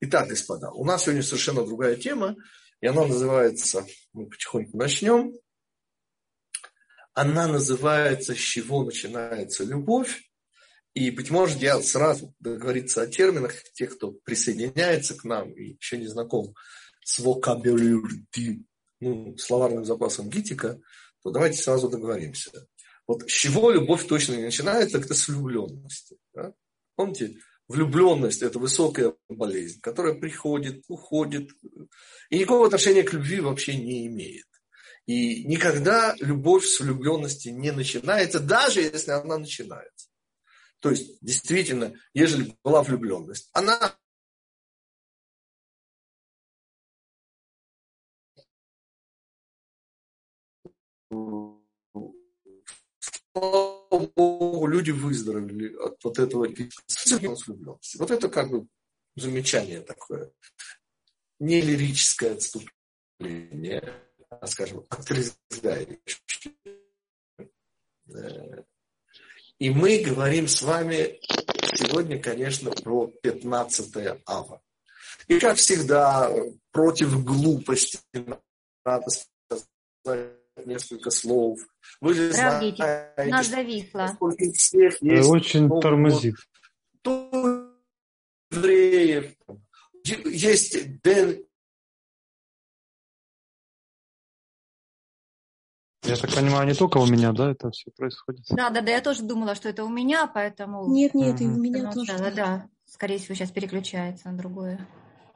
Итак, господа, у нас сегодня совершенно другая тема, и она называется, мы потихоньку начнем, она называется «С чего начинается любовь?». И, быть может, я сразу договориться о терминах, тех, кто присоединяется к нам и еще не знаком с vocabulary, словарным запасом Гитика, то давайте сразу договоримся. Вот с чего любовь точно не начинается, так это с влюбленности. Да? Помните, влюбленность – это высокая болезнь, которая приходит, уходит, и никакого отношения к любви вообще не имеет. И никогда любовь с влюбленности не начинается, даже если она начинается. То есть, действительно, ежели была влюбленность, она слава Богу, люди выздоровели от вот этого влюбленности. Вот это как бы замечание такое. Не лирическое отступление, а, скажем, отрезвляющее. И мы говорим с вами сегодня, конечно, про 15 ава. И, как всегда, против глупости надо сказать несколько слов. Вы же знаете, нас зависло. сколько всех есть. Очень тормозит. Евреев, есть Дэн. Я так понимаю, не только у меня, да, это все происходит? Да, я тоже думала, что это у меня, поэтому... Нет, и у меня тоже. Да, скорее всего, сейчас переключается на другое.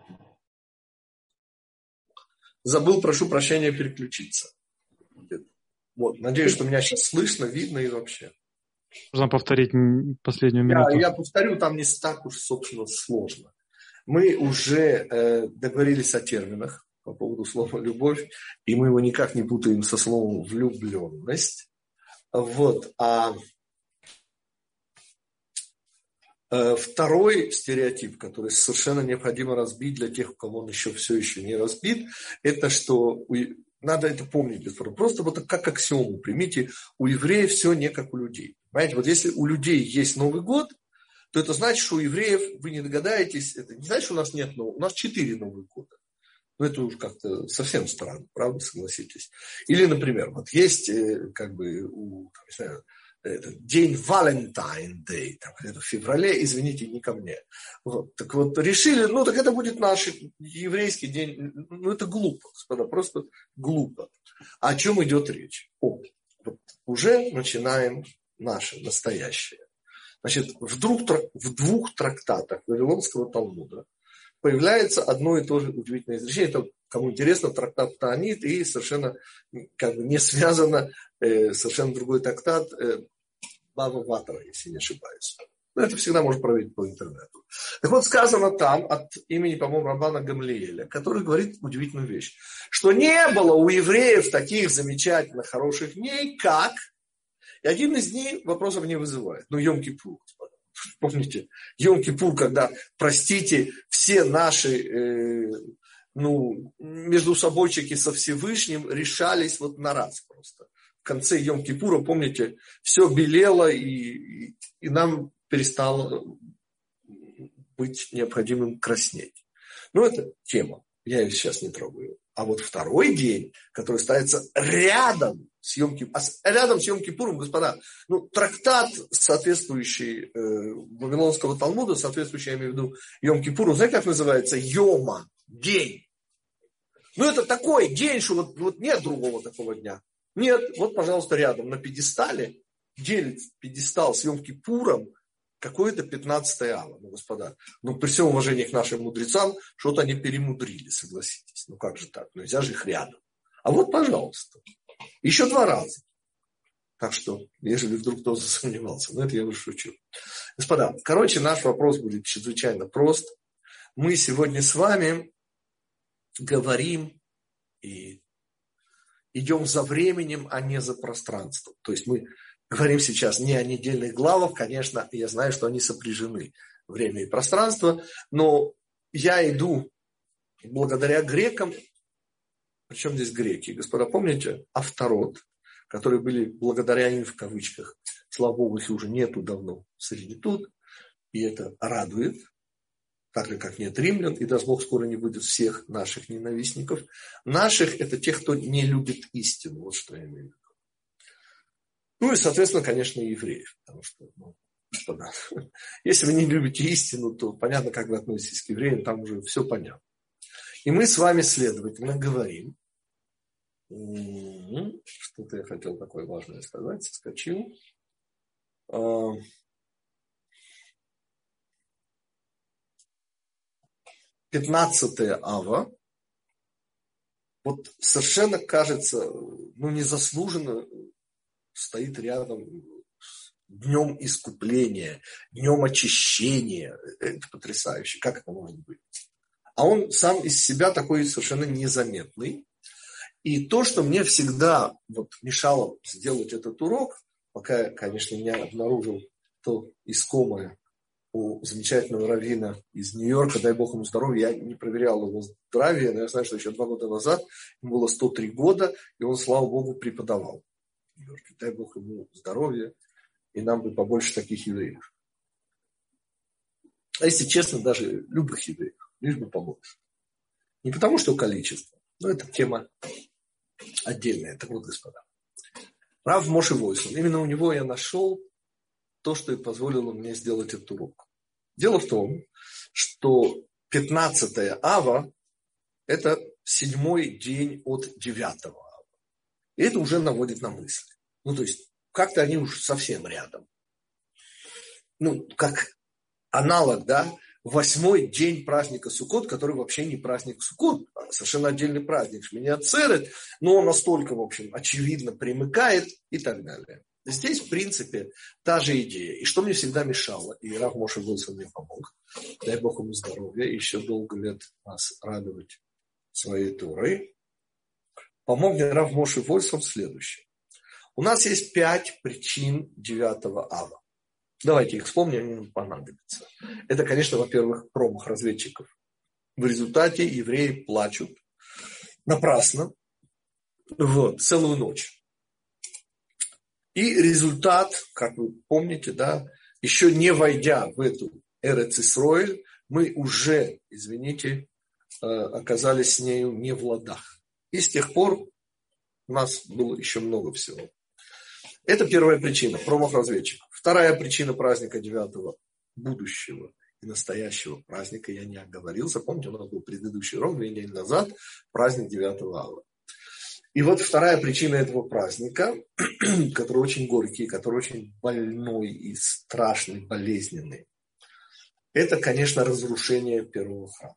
Забыл, прошу прощения, переключиться. Вот, надеюсь, что меня сейчас слышно, видно и вообще. Можно повторить последнюю минуту? Я повторю, там не так уж, собственно, сложно. Мы уже договорились о терминах по поводу слова «любовь», и мы его никак не путаем со словом «влюбленность». Вот. А второй стереотип, который совершенно необходимо разбить для тех, у кого он еще все еще не разбит, это что надо это помнить бесспорно. Просто вот как аксиому примите, у евреев все не как у людей. Понимаете, вот если у людей есть Новый год, то это значит, что у евреев, вы не догадаетесь, это не значит, что у нас нет Нового, у нас 4 Новых года. Ну, это уж как-то совсем странно, правда, согласитесь. Или, например, вот есть как бы не знаю, день Valentine Day, где-то в феврале, извините, не ко мне. Вот. Так вот, решили, так это будет наш еврейский день. Это глупо, господа, просто глупо. О чем идет речь? Вот уже начинаем наше настоящее. Значит, в двух трактатах Вавилонского Талмуда появляется одно и то же удивительное изречение. Это, кому интересно, трактат Таанит, и совершенно как бы не связано совершенно другой трактат Бава Ватра, если не ошибаюсь. Но это всегда можно проверить по интернету. Так вот, сказано там от имени, по-моему, Раббана Гамлиэля, который говорит удивительную вещь, что не было у евреев таких замечательно хороших дней, как... И один из дней вопросов не вызывает. Йом-Кипур, господа. Помните, Йом-Кипур, когда, простите, все наши междусобойчики со Всевышним решались вот на раз просто. В конце Йом-Кипура, помните, все белело, и нам перестало быть необходимым краснеть. Это тема. Я ее сейчас не трогаю. А вот второй день, который ставится рядом с Йом-Кипуром, господа, трактат, соответствующий Вавилонского Талмуда, соответствующий, я имею в виду, Йом-Кипуру, знаете, как называется? Йома, день. Это такой день, что вот нет другого такого дня. Нет, вот, пожалуйста, рядом на пьедестале, делит пьедестал с Йом-Кипуром какое-то 15 ава, господа. При всем уважении к нашим мудрецам, что-то они перемудрили, согласитесь. Как же так? Нельзя же их рядом. А вот, пожалуйста. Еще 2 раза. Так что, если вдруг кто засомневался, это я уже шучу. Господа, наш вопрос будет чрезвычайно прост. Мы сегодня с вами говорим и идем за временем, а не за пространством. То есть мы говорим сейчас не о недельных главах, конечно, я знаю, что они сопряжены, время и пространство, но я иду благодаря грекам. Причем здесь греки? Господа, помните Автарот, которые были благодаря им в кавычках. Слава Богу, их уже нету давно среди тут, и это радует. так же, как нет римлян, и даст Бог, скоро не будет всех наших ненавистников. Наших – это тех, кто не любит истину, вот что я имею в виду. Ну и, соответственно, конечно, евреев, потому что, господа, если вы не любите истину, то понятно, как вы относитесь к евреям, там уже все понятно. И мы с вами, следовательно, говорим, что-то я хотел такое важное сказать, соскочил. 15 ава, вот совершенно кажется, незаслуженно стоит рядом с днем искупления, днем очищения. Это потрясающе, как это может быть? А он сам из себя такой совершенно незаметный. И то, что мне всегда мешало сделать этот урок, пока я, конечно, не обнаружил то искомое у замечательного раввина из Нью-Йорка, дай Бог ему здоровья, я не проверял его здравие, но я знаю, что еще 2 года назад ему было 103 года, и он, слава Богу, преподавал в Нью-Йорке. Дай Бог ему здоровья, и нам бы побольше таких евреев. А если честно, даже любых евреев, лишь бы побольше. Не потому, что количество, но это тема отдельная. Так вот, господа. Рав Моше Войсман. Именно у него я нашел то, что и позволило мне сделать этот урок. Дело в том, что 15 ава – это 7-й день от 9 ава. И это уже наводит на мысли. То есть, как-то они уж совсем рядом. Как аналог, 8-й день праздника Суккот, который вообще не праздник Суккот, а совершенно отдельный праздник Шмини Ацерет, но он настолько, в общем, очевидно примыкает и так далее. Здесь, в принципе, та же идея. И что мне всегда мешало, и Рав Моше Войсман мне помог, дай Бог ему здоровья, и еще долго лет нас радовать своей Торой, помог мне Рав Моше Войсман следующее. У нас есть 5 причин 9 ава. Давайте их вспомним, они нам понадобятся. Это, конечно, во-первых, промах разведчиков. В результате евреи плачут напрасно, целую ночь. И результат, как вы помните, еще не войдя в эту Эрец Исроэль, мы уже, оказались с нею не в ладах. И с тех пор у нас было еще много всего. Это первая причина, промах разведчиков. Вторая причина праздника 9 будущего и настоящего праздника, я не оговорился, помните, у нас был предыдущий урок 2 недели назад, праздник 9 ава. И вот вторая причина этого праздника, который очень горький, который очень больной и страшный, болезненный, это, конечно, разрушение первого храма.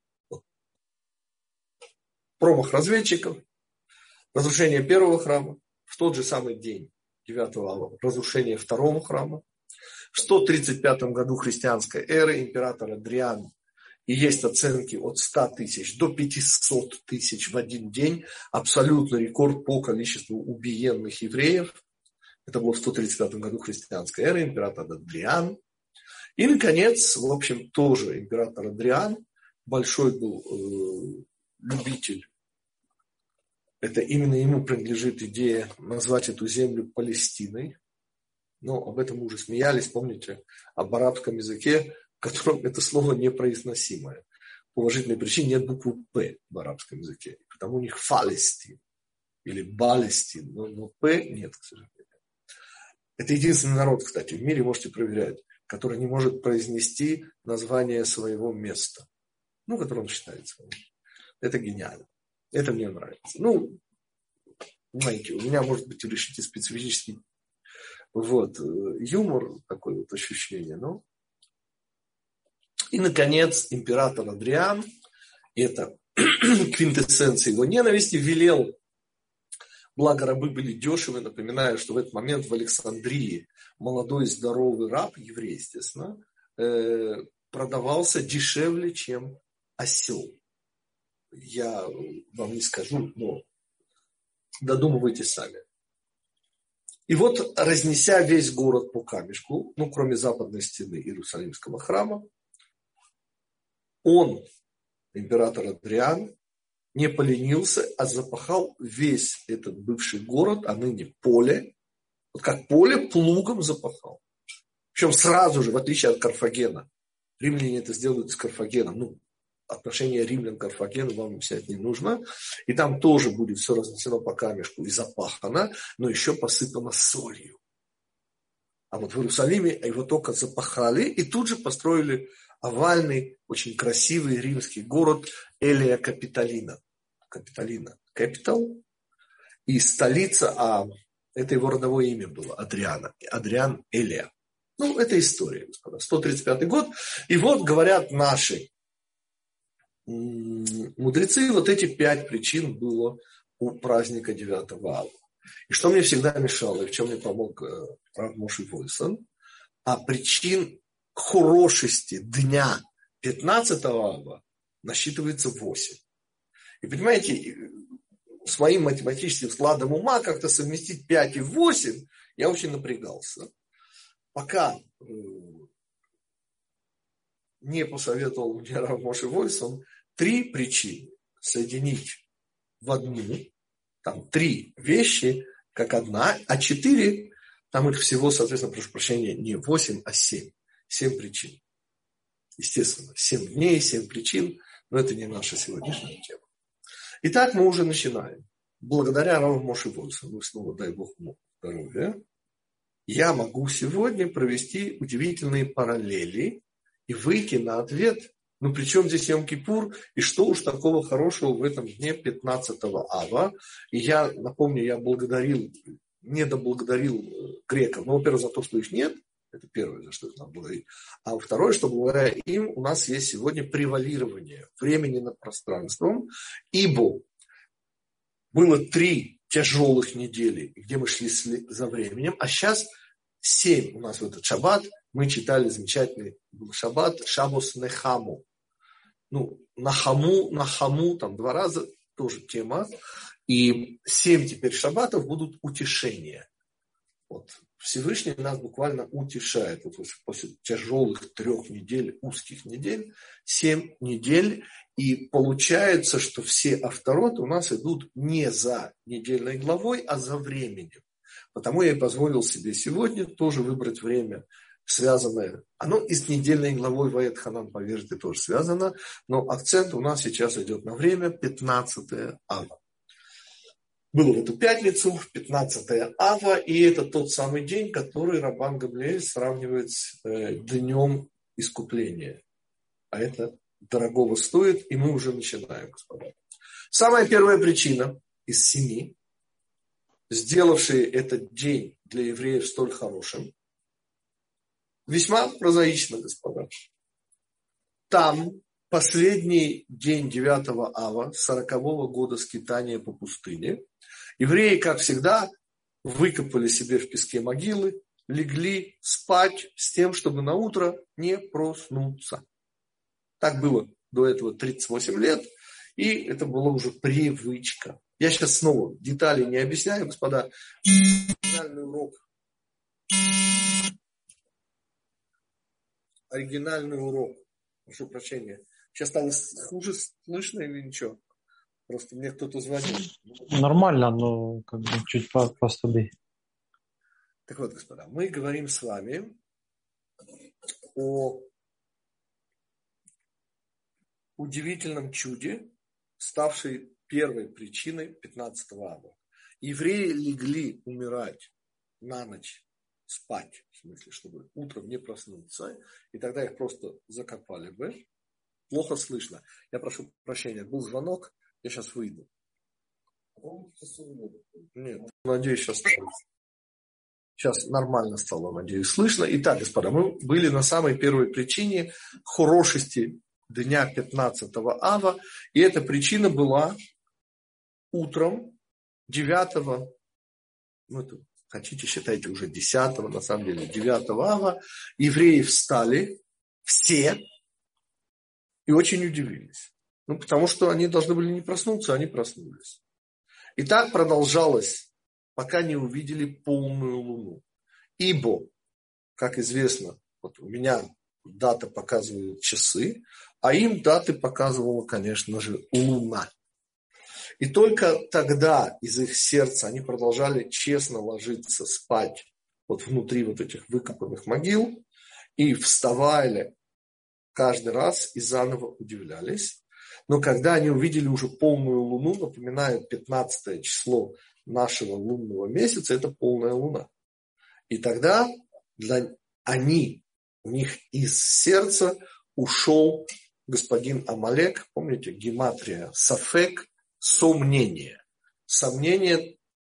Промах разведчиков, разрушение первого храма, в тот же самый день 9 ава, разрушение второго храма. В 135 году христианской эры император Адриан, и есть оценки от 100 тысяч до 500 тысяч в один день, абсолютный рекорд по количеству убиенных евреев. Это было в 135 году христианской эры, император Адриан. И, наконец, в общем, тоже император Адриан, большой был любитель. Это именно ему принадлежит идея назвать эту землю Палестиной. Но об этом мы уже смеялись, помните, об арабском языке, в котором это слово непроизносимое. По уважительной причине нет буквы «П» в арабском языке. Потому у них Фалестин или Балестин, но «П» нет, к сожалению. Это единственный народ, кстати, в мире, можете проверять, который не может произнести название своего места. Которое он считает своим. Это гениально. Это мне нравится. Знаете, у меня, может быть, решите специфический юмор, такое ощущение. И, наконец, император Адриан, это квинтэссенция его ненависти, велел, благо рабы были дешевы, напоминаю, что в этот момент в Александрии молодой здоровый раб, еврей, естественно, продавался дешевле, чем осел. Я вам не скажу, но додумывайте сами. И вот, разнеся весь город по камешку, кроме западной стены Иерусалимского храма, он, император Адриан, не поленился, а запахал весь этот бывший город, а ныне поле, как поле плугом запахал. Причем сразу же, в отличие от Карфагена, Римляне это сделают с Карфагеном. Ну, отношение римлян к Карфагену вам объяснять не нужно. И там тоже будет все разнесено по камешку и запахано, но еще посыпано солью. А вот в Иерусалиме его только запахали и тут же построили овальный, очень красивый римский город Элия Капитолина. Capital. И столица, это его родовое имя было, Адриана. Адриан Элия. Ну, это история, господа. 135 год. И вот говорят наши мудрецы, вот эти 5 причин было у праздника 9 ава. И что мне всегда мешало, и в чем мне помог Рав Моше Вольсон, причин хорошести дня 15 ава насчитывается 8. И понимаете, с моим математическим складом ума как-то совместить 5 и 8, я очень напрягался. Пока не посоветовал мне Рав Моше Вольсон 3 причины соединить в одну. Там 3 вещи, как одна, а 4, там их всего, соответственно, прошу прощения, не 8, а 7. 7 причин. Естественно, 7 дней, 7 причин, но это не наша сегодняшняя тема. Итак, мы уже начинаем. Благодаря Раву Моше Вольсону, снова дай Бог ему здоровья, я могу сегодня провести удивительные параллели и выйти на ответ, ну при чем здесь Йом-Кипур, и что уж такого хорошего в этом дне 15 ава. И я, напомню, я недоблагодарил греков, ну, во-первых, за то, что их нет, это первое, за что их надо благодарить. А второе, что благодаря им у нас есть сегодня превалирование времени над пространством, ибо было 3 тяжелых недели, где мы шли за временем, а сейчас 7 у нас в этот шаббат. Мы читали замечательный шаббат, Шаббос Нехаму. Ну, Нахаму, там 2 раза, тоже тема. И 7 теперь шаббатов будут утешения. Вот. Всевышний нас буквально утешает. Вот после тяжелых 3 недель, узких недель, 7 недель. И получается, что все автороты у нас идут не за недельной главой, а за временем. Потому я и позволил себе сегодня тоже выбрать время, связанное. Оно и с недельной главой Ваэт Ханан, поверьте, тоже связано. Но акцент у нас сейчас идет на время 15 ава. Было в эту пятницу, 15 ава, и это тот самый день, который Раббан Гамлиэль сравнивает с днем искупления. А это дорогого стоит, и мы уже начинаем, господа. Самая первая причина из 7, сделавшие этот день для евреев столь хорошим, весьма прозаично, господа. Там последний день 9 ава, 40-го года скитания по пустыне, евреи, как всегда, выкопали себе в песке могилы, легли спать с тем, чтобы на утро не проснуться. Так было до этого 38 лет, и это была уже привычка. Я сейчас снова детали не объясняю, господа. Оригинальный урок. Прошу прощения. Сейчас стало хуже слышно или ничего? Просто мне кто-то звонил. Нормально, но как бы чуть послабее. Так вот, господа, мы говорим с вами о удивительном чуде, ставшей первой причиной 15 ава. Евреи легли умирать на ночь, спать, в смысле, чтобы утром не проснуться, и тогда их просто закопали бы. Плохо слышно. Я прошу прощения, был звонок, я сейчас выйду. Нет, надеюсь, сейчас нормально стало, надеюсь, слышно. Итак, господа, мы были на самой первой причине хорошести дня 15 ава, и эта причина была утром 9, хотите, считайте уже 10, на самом деле 9 ава, евреи встали, все, и очень удивились. Потому что они должны были не проснуться, они проснулись. И так продолжалось, пока не увидели полную луну. Ибо, как известно, вот у меня дата показывает часы, а им даты показывала, конечно же, луна. И только тогда из их сердца они продолжали честно ложиться спать вот внутри вот этих выкопанных могил и вставали, каждый раз и заново удивлялись. Но когда они увидели уже полную луну, напоминаю, 15 число нашего лунного месяца, это полная луна. И тогда у них из сердца ушел господин Амалек, помните, гематрия, сафек, сомнение. Сомнение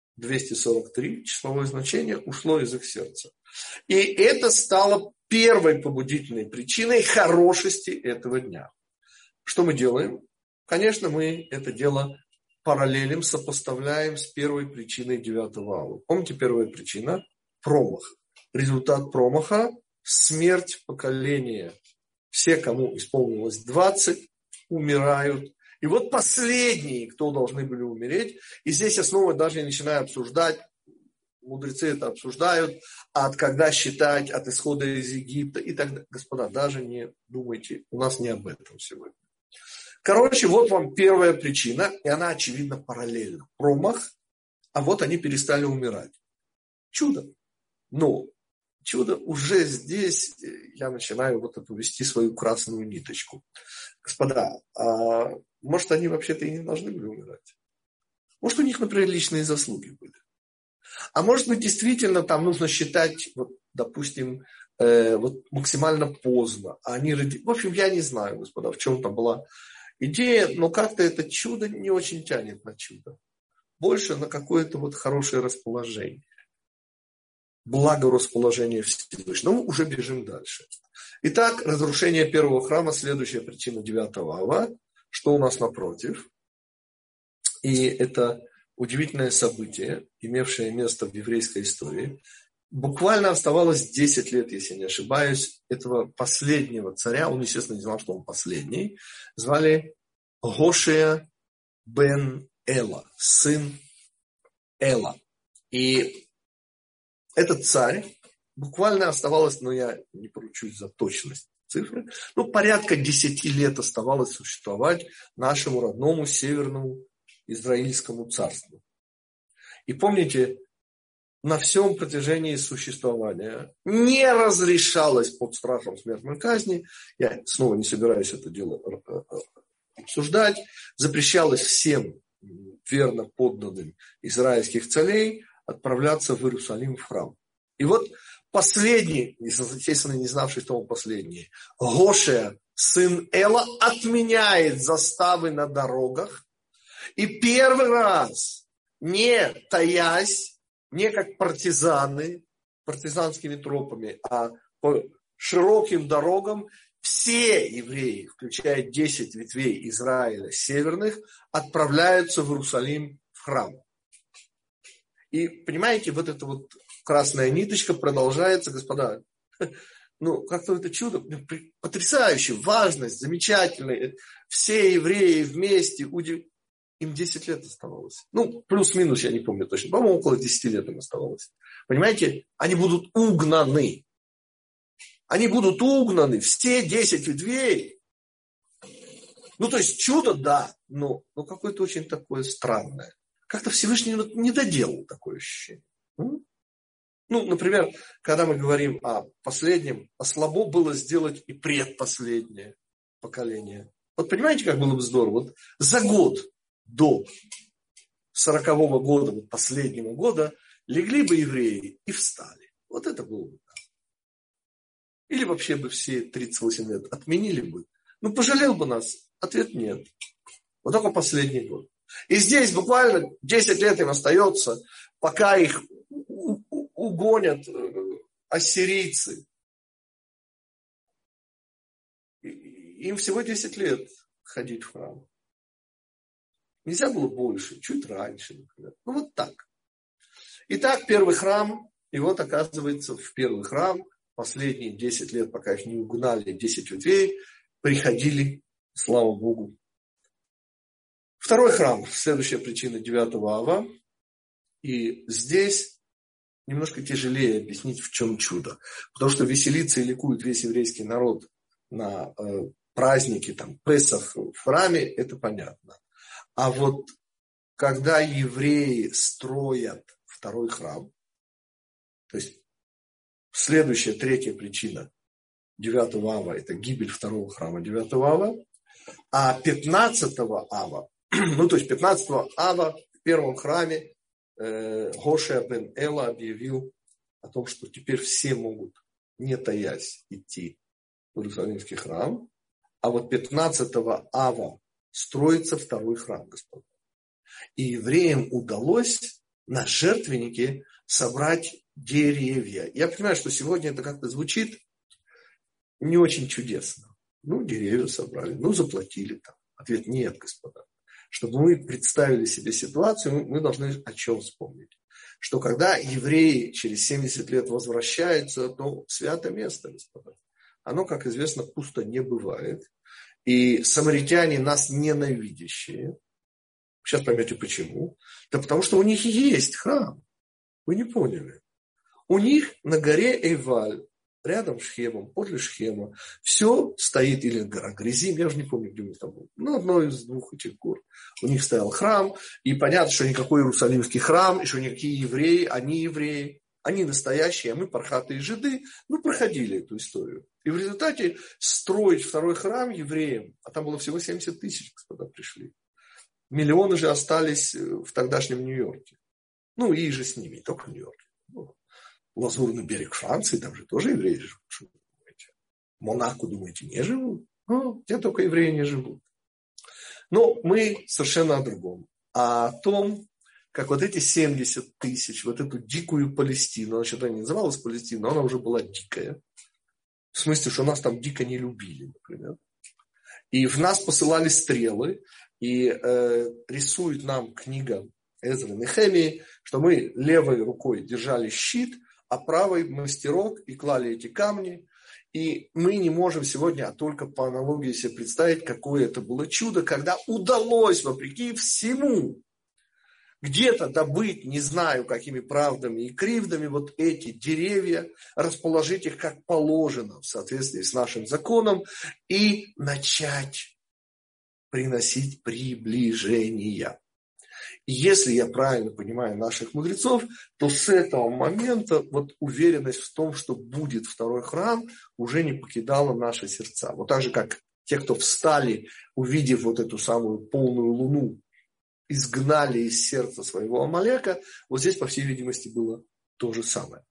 243, числовое значение, ушло из их сердца. И это стало первой побудительной причиной хорошести этого дня. Что мы делаем? Конечно, мы это дело параллелим, сопоставляем с первой причиной 9-го ава. Помните, первая причина? Промах. Результат промаха – смерть поколения. Все, кому исполнилось 20, умирают. И вот последние, кто должны были умереть, и здесь я снова даже начинаю обсуждать, мудрецы это обсуждают, от когда считать, от исхода из Египта и так далее. Господа, даже не думайте, у нас не об этом сегодня. Короче, вот вам первая причина, и она, очевидно, параллельна. Промах, а вот они перестали умирать. Чудо. Но чудо уже здесь, я начинаю вот эту вести свою красную ниточку. Господа, может, они вообще-то и не должны были умирать? Может, у них, например, личные заслуги были? А может быть, действительно, там нужно считать, вот, допустим, вот максимально поздно. В общем, я не знаю, господа, в чем там была идея, но как-то это чудо не очень тянет на чудо. Больше на какое-то вот хорошее расположение. Благорасположение Всевышнего. Ну, уже бежим дальше. Итак, разрушение первого храма, следующая причина 9-го ава. Что у нас напротив? И это удивительное событие, имевшее место в еврейской истории. Буквально оставалось 10 лет, если не ошибаюсь, этого последнего царя. Он, естественно, не знал, что он последний. Звали Гошея бен Эла, сын Эла. И этот царь, буквально оставалось, но я не поручусь за точность цифры, порядка 10 лет оставалось существовать нашему родному северному Израильскому царству. И помните, на всем протяжении существования не разрешалось под страхом смертной казни, я снова не собираюсь это дело обсуждать, запрещалось всем верно подданным израильских царей отправляться в Иерусалим в храм. И вот последний, естественно, не знавший, что он последний, Гошея, сын Эла, отменяет заставы на дорогах. И первый раз, не таясь, не как партизаны, партизанскими тропами, а по широким дорогам, все евреи, включая 10 ветвей Израиля северных, отправляются в Иерусалим в храм. И понимаете, вот эта вот красная ниточка продолжается, господа. Как-то это чудо, потрясающе, важность, замечательная. Все евреи вместе, им 10 лет оставалось. Плюс-минус, я не помню точно. По-моему, около 10 лет им оставалось. Понимаете, они будут угнаны. Они будут угнаны, все 10 ветвей. То есть чудо, да, но какое-то очень такое странное. Как-то Всевышний не доделал такое ощущение. Например, когда мы говорим о последнем, слабо было сделать и предпоследнее поколение. Вот понимаете, как было бы здорово? Вот за год до 40-го года, вот последнего года, легли бы евреи и встали. Вот это было бы так. Или вообще бы все 38 лет отменили бы. Пожалел бы нас? Ответ нет. Вот только последний год. И здесь буквально 10 лет им остается, пока их угонят ассирийцы. Им всего 10 лет ходить в храм. Нельзя было больше, чуть раньше, например. Вот так. Итак, первый храм, и вот оказывается в первый храм последние 10 лет, пока их не угнали 10 ветвей, приходили, слава Богу. Второй храм, следующая причина 9-го ава. И здесь немножко тяжелее объяснить, в чем чудо. Потому что веселится и ликует весь еврейский народ на праздники, Песах в храме, это понятно. А вот когда евреи строят второй храм, то есть следующая, третья причина, 9 ава – это гибель второго храма 9 ава, а 15 ава, ну то есть 15 ава в первом храме Гошеа бен Эла объявил о том, что теперь все могут, не таясь, идти в Иерусалимский храм, а вот 15 ава строится второй храм, господа. И евреям удалось на жертвеннике собрать деревья. Я понимаю, что сегодня это как-то звучит не очень чудесно. Ну, деревья собрали, ну, заплатили там. Ответ: нет, господа. Чтобы мы представили себе ситуацию, мы должны о чем вспомнить. Что когда евреи через 70 лет возвращаются, то святое место, господа, оно, как известно, пусто не бывает. И самаритяне, нас ненавидящие, сейчас поймете почему, да потому что у них есть храм. Вы не поняли. У них на горе Эйваль, рядом с Шхемом, подле Шхема, все стоит, или гора Гризим, я уже не помню, где у них там был, ну, одной из двух этих гор. У них стоял храм, и понятно, что никакой Иерусалимский храм, и что никакие евреи, они настоящие, а мы пархатые жиды, мы проходили эту историю. И в результате строить второй храм евреям, а там было всего 70 тысяч, господа, пришли. Миллионы же остались в тогдашнем Нью-Йорке. Ну, и же с ними, не только в Нью-Йорке. Лазурный берег Франции, там же тоже евреи живут. Что вы думаете? Монако, думаете, не живут? Ну, где только евреи не живут. Но мы совершенно о другом. А о том, как вот эти 70 тысяч, вот эту дикую Палестину, она что-то не называлась Палестиной, но она уже была дикая. В смысле, что нас там дико не любили, например. И в нас посылали стрелы, и рисует нам книга Эзры Нехемии, что мы левой рукой держали щит, а правой мастерок и клали эти камни. И мы не можем сегодня, а только по аналогии себе представить, какое это было чудо, когда удалось, вопреки всему, где-то добыть, не знаю, какими правдами и кривдами, вот эти деревья, расположить их как положено в соответствии с нашим законом и начать приносить приближения. И если я правильно понимаю наших мудрецов, то с этого момента вот уверенность в том, что будет второй храм, уже не покидала наши сердца. Вот так же, как те, кто встали, увидев вот эту самую полную луну, изгнали из сердца своего Амалека, вот здесь, по всей видимости, было то же самое.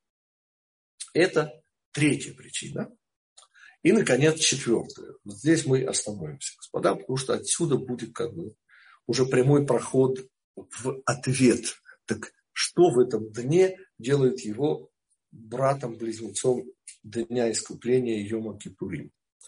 Это третья причина. И, наконец, четвертая. Вот здесь мы остановимся, господа, потому что отсюда будет как бы уже прямой проход в ответ. Так что в этом дне делает его братом-близнецом Дня Искупления Йома Кипурим?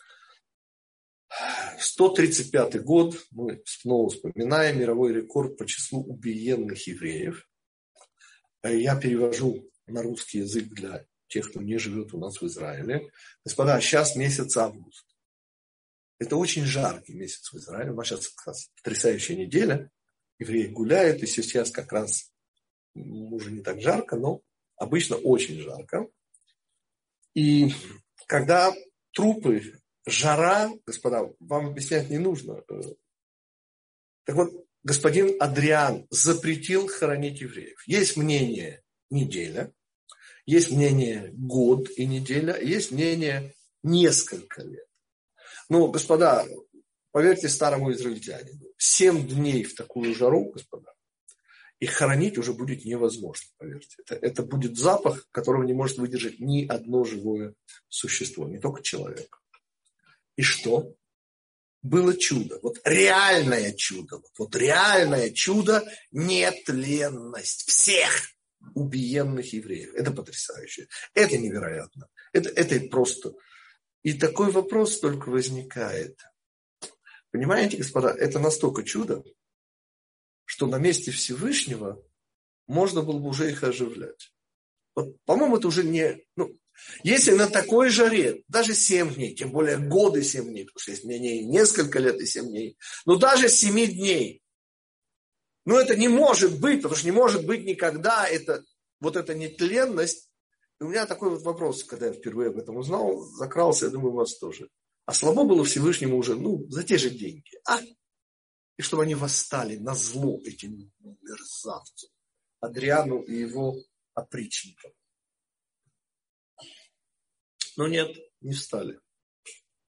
135 год, мы снова вспоминаем мировой рекорд по числу убиенных евреев. Я перевожу на русский язык для тех, кто не живет у нас в Израиле. Господа, сейчас месяц август. Это очень жаркий месяц в Израиле. У нас сейчас потрясающая неделя. Евреи гуляют, и сейчас как раз уже не так жарко, но обычно очень жарко. И когда трупы, жара, господа, вам объяснять не нужно. Так вот, господин Адриан запретил хоронить евреев. Есть мнение неделя, есть мнение год и неделя, есть мнение несколько лет. Ну, господа, поверьте старому израильтянину, 7 дней в такую жару, господа, их хоронить уже будет невозможно, поверьте. Это будет запах, которого не может выдержать ни одно живое существо, не только человек. И что? Было чудо. Вот реальное чудо. Вот реальное чудо – нетленность всех убиенных евреев. Это потрясающе. Это невероятно. Это просто. И такой вопрос только возникает. Понимаете, господа, это настолько чудо, что на месте Всевышнего можно было бы уже их оживлять. Вот, по-моему, это уже не... если на такой жаре, даже 7 дней, тем более годы 7 дней, потому что есть мнение и несколько лет и 7 дней, но даже 7 дней, это не может быть, потому что не может быть никогда вот эта нетленность. И у меня такой вот вопрос, когда я впервые об этом узнал, закрался, я думаю, у вас тоже. А слабо было Всевышнему уже, за те же деньги. И чтобы они восстали на зло этим мерзавцам, Адриану и его опричникам. Но нет, не встали.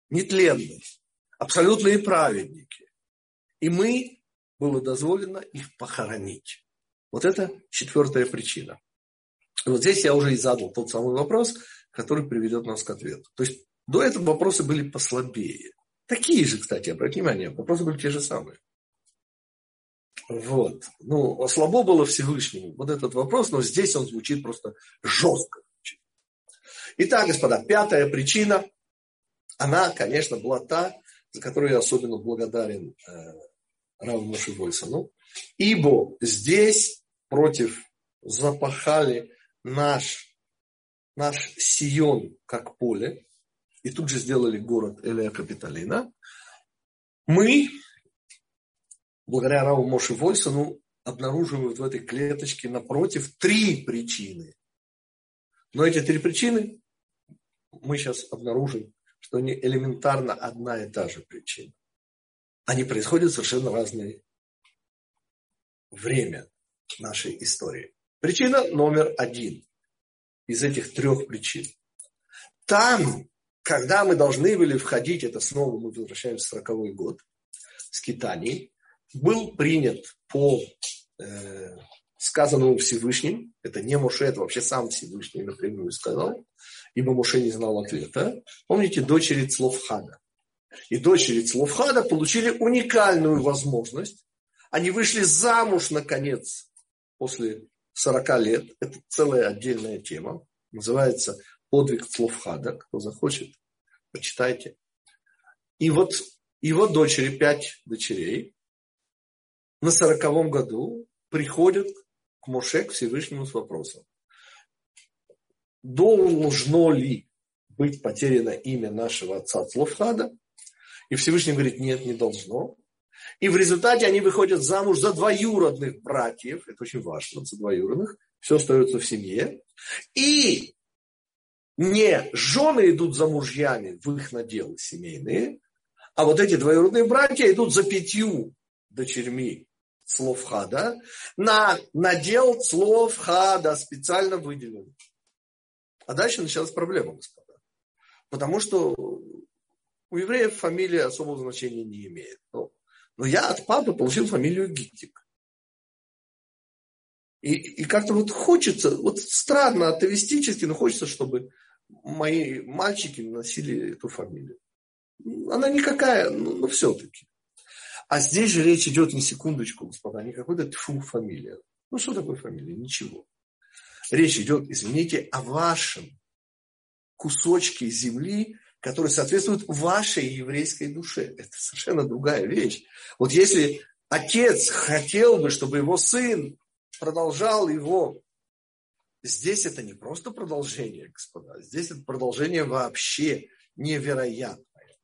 нетленные, абсолютные праведники. И было дозволено их похоронить. Вот это 4-я причина. И вот здесь я уже и задал тот самый вопрос, который приведет нас к ответу. То есть до этого вопросы были послабее. Такие же, кстати, обратите внимание, вопросы были те же самые. Вот. Слабо было Всевышнему вот этот вопрос, но здесь он звучит просто жестко. Итак, господа, 5-я причина, она, конечно, была та, за которую я особенно благодарен Раву Моше Вольсону. Ибо здесь против запахали наш Сион как поле, и тут же сделали город Элея Капитолина. Мы, благодаря Раву Моше Вольсону, обнаруживаем в этой клеточке напротив 3 причины. Но эти 3 причины мы сейчас обнаружим, что они элементарно одна и та же причина. Они происходят в совершенно разное время нашей истории. Причина номер 1 из этих 3 причин. Там, когда мы должны были входить, это снова мы возвращаемся в 40-й год, скитаний, был принят по сказанному Всевышним, это не Моше, это вообще сам Всевышний напрямую сказал, ибо Моше не знал ответа. Помните, дочери Цлофхада. И дочери Цлофхада получили уникальную возможность. Они вышли замуж, наконец, после 40 лет. Это целая отдельная тема. Называется «Подвиг Цлофхада». Кто захочет, почитайте. И вот его дочери, 5 дочерей, на 40-м году приходят к Моше, к Всевышнему с вопросом: должно ли быть потеряно имя нашего отца Цлофхада? И Всевышний говорит: нет, не должно. И в результате они выходят замуж за двоюродных братьев. Это очень важно, за двоюродных. Все остается в семье. И не жены идут за мужьями в их наделы семейные, а вот эти двоюродные братья идут за 5 дочерьми Цлофхада на надел Цлофхада, специально выделенный. А дальше началась проблема, господа. Потому что у евреев фамилия особого значения не имеет. Но я от папы получил фамилию Гиттик. И как-то вот хочется, вот странно, атеистически, но хочется, чтобы мои мальчики носили эту фамилию. Она никакая, но все-таки. А здесь же речь идет, не секундочку, господа, не какой-то фамилия. Что такое фамилия? Ничего. Речь идет, извините, о вашем кусочке земли, который соответствует вашей еврейской душе. Это совершенно другая вещь. Вот если отец хотел бы, чтобы его сын продолжал его, здесь это не просто продолжение, господа, здесь это продолжение вообще невероятное.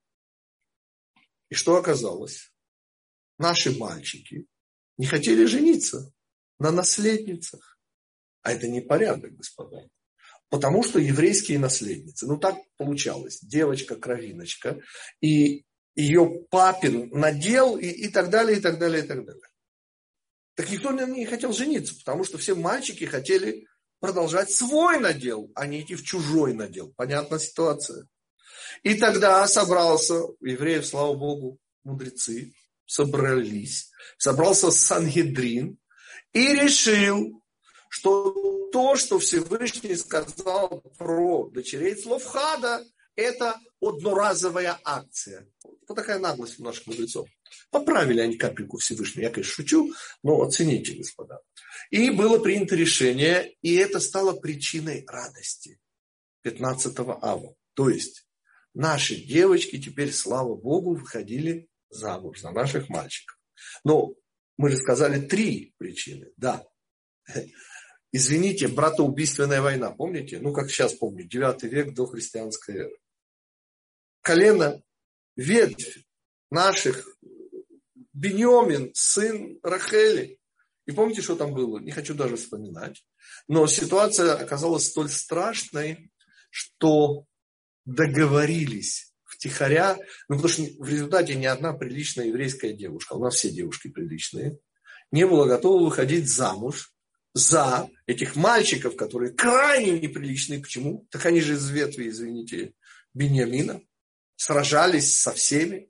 И что оказалось? Наши мальчики не хотели жениться на наследницах. А это не порядок, господа. Потому что еврейские наследницы, так получалось, девочка-кровиночка, и ее папин надел, и так далее, и так далее, и так далее. Так никто не хотел жениться, потому что все мальчики хотели продолжать свой надел, а не идти в чужой надел. Понятна ситуация. И тогда собрался, евреев, слава Богу, мудрецы, собрался Сангедрин и решил, что то, что Всевышний сказал про дочерей Цлофхада, это одноразовая акция. Вот такая наглость у наших мудрецов. Поправили они капельку Всевышнего. Я, конечно, шучу, но оцените, господа. И было принято решение, и это стало причиной радости 15 ава. То есть наши девочки теперь, слава Богу, выходили замуж за наших мальчиков. Но мы же сказали 3 причины. Да. Извините, братоубийственная война, помните? Как сейчас помню, 9 век до христианской эры. Колено, ветвь наших, Биньямин, сын Рахели. И помните, что там было? Не хочу даже вспоминать. Но ситуация оказалась столь страшной, что договорились втихаря, потому что в результате ни одна приличная еврейская девушка, у нас все девушки приличные, не была готова выходить замуж за этих мальчиков, которые крайне неприличные. Почему? Так они же из ветви, извините, Биньямина. сражались со всеми.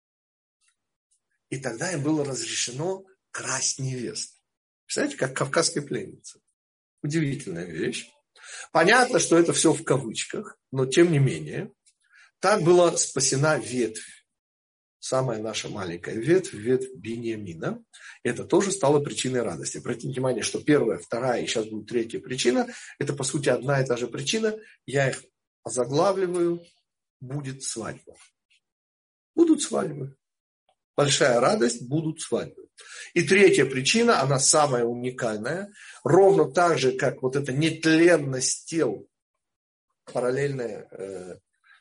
И тогда им было разрешено красть невест. Представляете, как кавказская пленница. Удивительная вещь. Понятно, что это все в кавычках, но тем не менее, так была спасена ветвь. Самая наша маленькая ветвь Биньямина. Это тоже стало причиной радости. Обратите внимание, что первая, вторая и сейчас будет третья причина. Это, по сути, одна и та же причина. Я их озаглавливаю. Будет свадьба. Будут свадьбы. Большая радость, будут свадьбы. И третья причина, она самая уникальная. Ровно так же, как вот эта нетленность тел, параллельная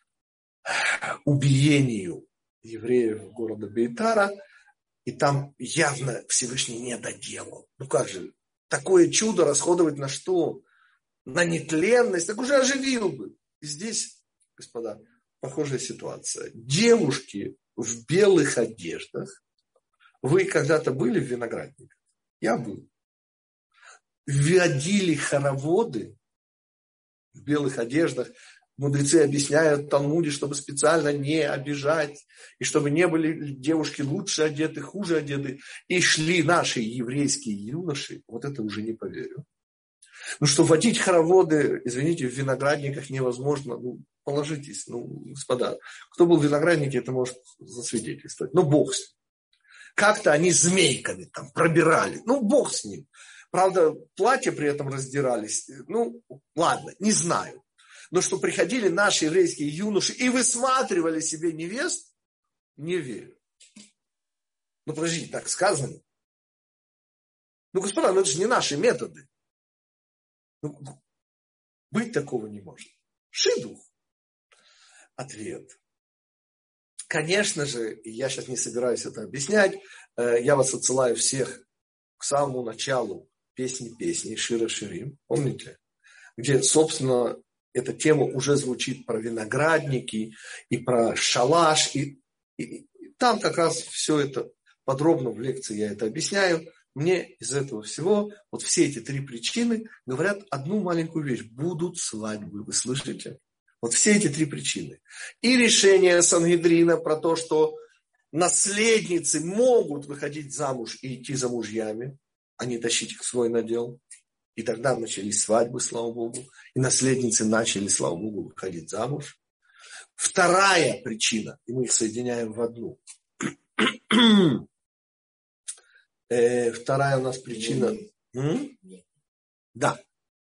убиению евреев города Бейтара, и там явно Всевышний не доделал. Ну как же, такое чудо расходовать на что? На нетленность, так уже оживил бы. И здесь, господа, похожая ситуация. Девушки в белых одеждах. Вы когда-то были в виноградниках? Я был. Водили хороводы в белых одеждах. Мудрецы объясняют в Талмуде, чтобы специально не обижать, и чтобы не были девушки лучше одеты, хуже одеты. И шли наши еврейские юноши, вот это уже не поверю. Ну что, водить хороводы, извините, в виноградниках невозможно. Ну, положитесь, господа. Кто был в винограднике, это может засвидетельствовать. Но Бог с ним. Как-то они змейками там пробирали. Ну, Бог с ним. Правда, платья при этом раздирались. Ну, ладно, не знаю. Но что приходили наши еврейские юноши и высматривали себе невест, не верю. Ну, подождите, так сказано. Ну, господа, это же не наши методы. Ну, быть такого не может. Шидух. Ответ. Конечно же, и я сейчас не собираюсь это объяснять, я вас отсылаю всех к самому началу песни Шира Ширим. Помните? Где, собственно, эта тема уже звучит про виноградники и про шалаш. И там как раз все это подробно в лекции я это объясняю. Мне из этого всего, вот все эти три причины говорят одну маленькую вещь. Будут свадьбы, вы слышите? Вот все эти три причины. И решение Сангедрина про то, что наследницы могут выходить замуж и идти за мужьями, а не тащить их в свой надел. И тогда начались свадьбы, слава Богу. И наследницы начали, слава Богу, выходить замуж. Вторая причина, и мы их соединяем в одну. Вторая у нас причина. Да.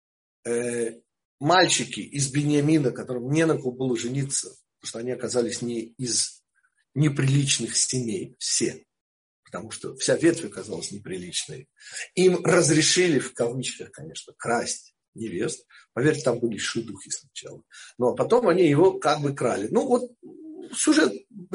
Мальчики из Биньямина, которым не на кого было жениться, потому что они оказались не из неприличных семей, все. Потому что вся ветвь оказалась неприличной. Им разрешили, в кавычках, конечно, красть невест. Поверьте, там были шидухи сначала. Ну, а потом они его как бы крали. Ну, вот сюжет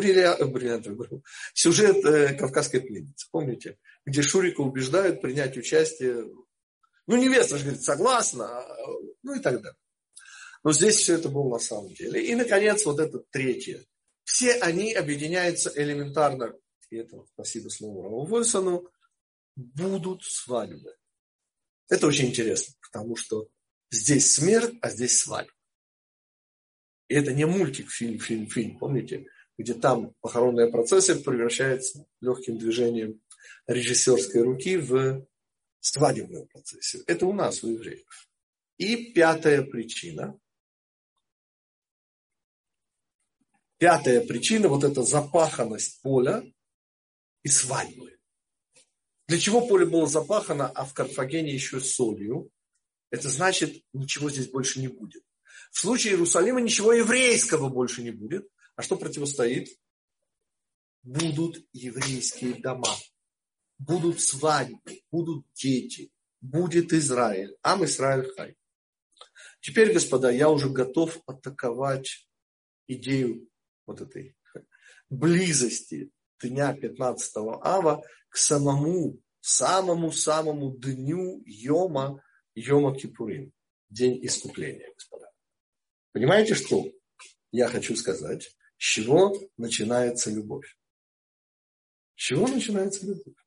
сюжет «Кавказской пленницы». Помните? Где Шурика убеждают принять участие. Ну, невеста же говорит, согласна. Ну, и так далее. Но здесь все это было на самом деле. И, наконец, вот это третье. Все они объединяются элементарно. И это спасибо слову Раву Вольсону, будут свадьбы. Это очень интересно, потому что здесь смерть, а здесь свадьба. И это не мультик, фильм, помните, где там похоронная процессия превращается легким движением режиссерской руки в свадебную процессию. Это у нас, у евреев. И пятая причина, вот эта запаханность поля и свадьбы. Для чего поле было запахано, а в Карфагене еще солью? Это значит, ничего здесь больше не будет. В случае Иерусалима ничего еврейского больше не будет. А что противостоит? Будут еврейские дома. Будут свадьбы, будут дети. Будет Израиль. Ам Исраэль хай. Теперь, господа, я уже готов атаковать идею вот этой близости дня 15 ава к самому дню Йома Кипурим. День искупления, господа. Понимаете, что я хочу сказать? С чего начинается любовь? С чего начинается любовь?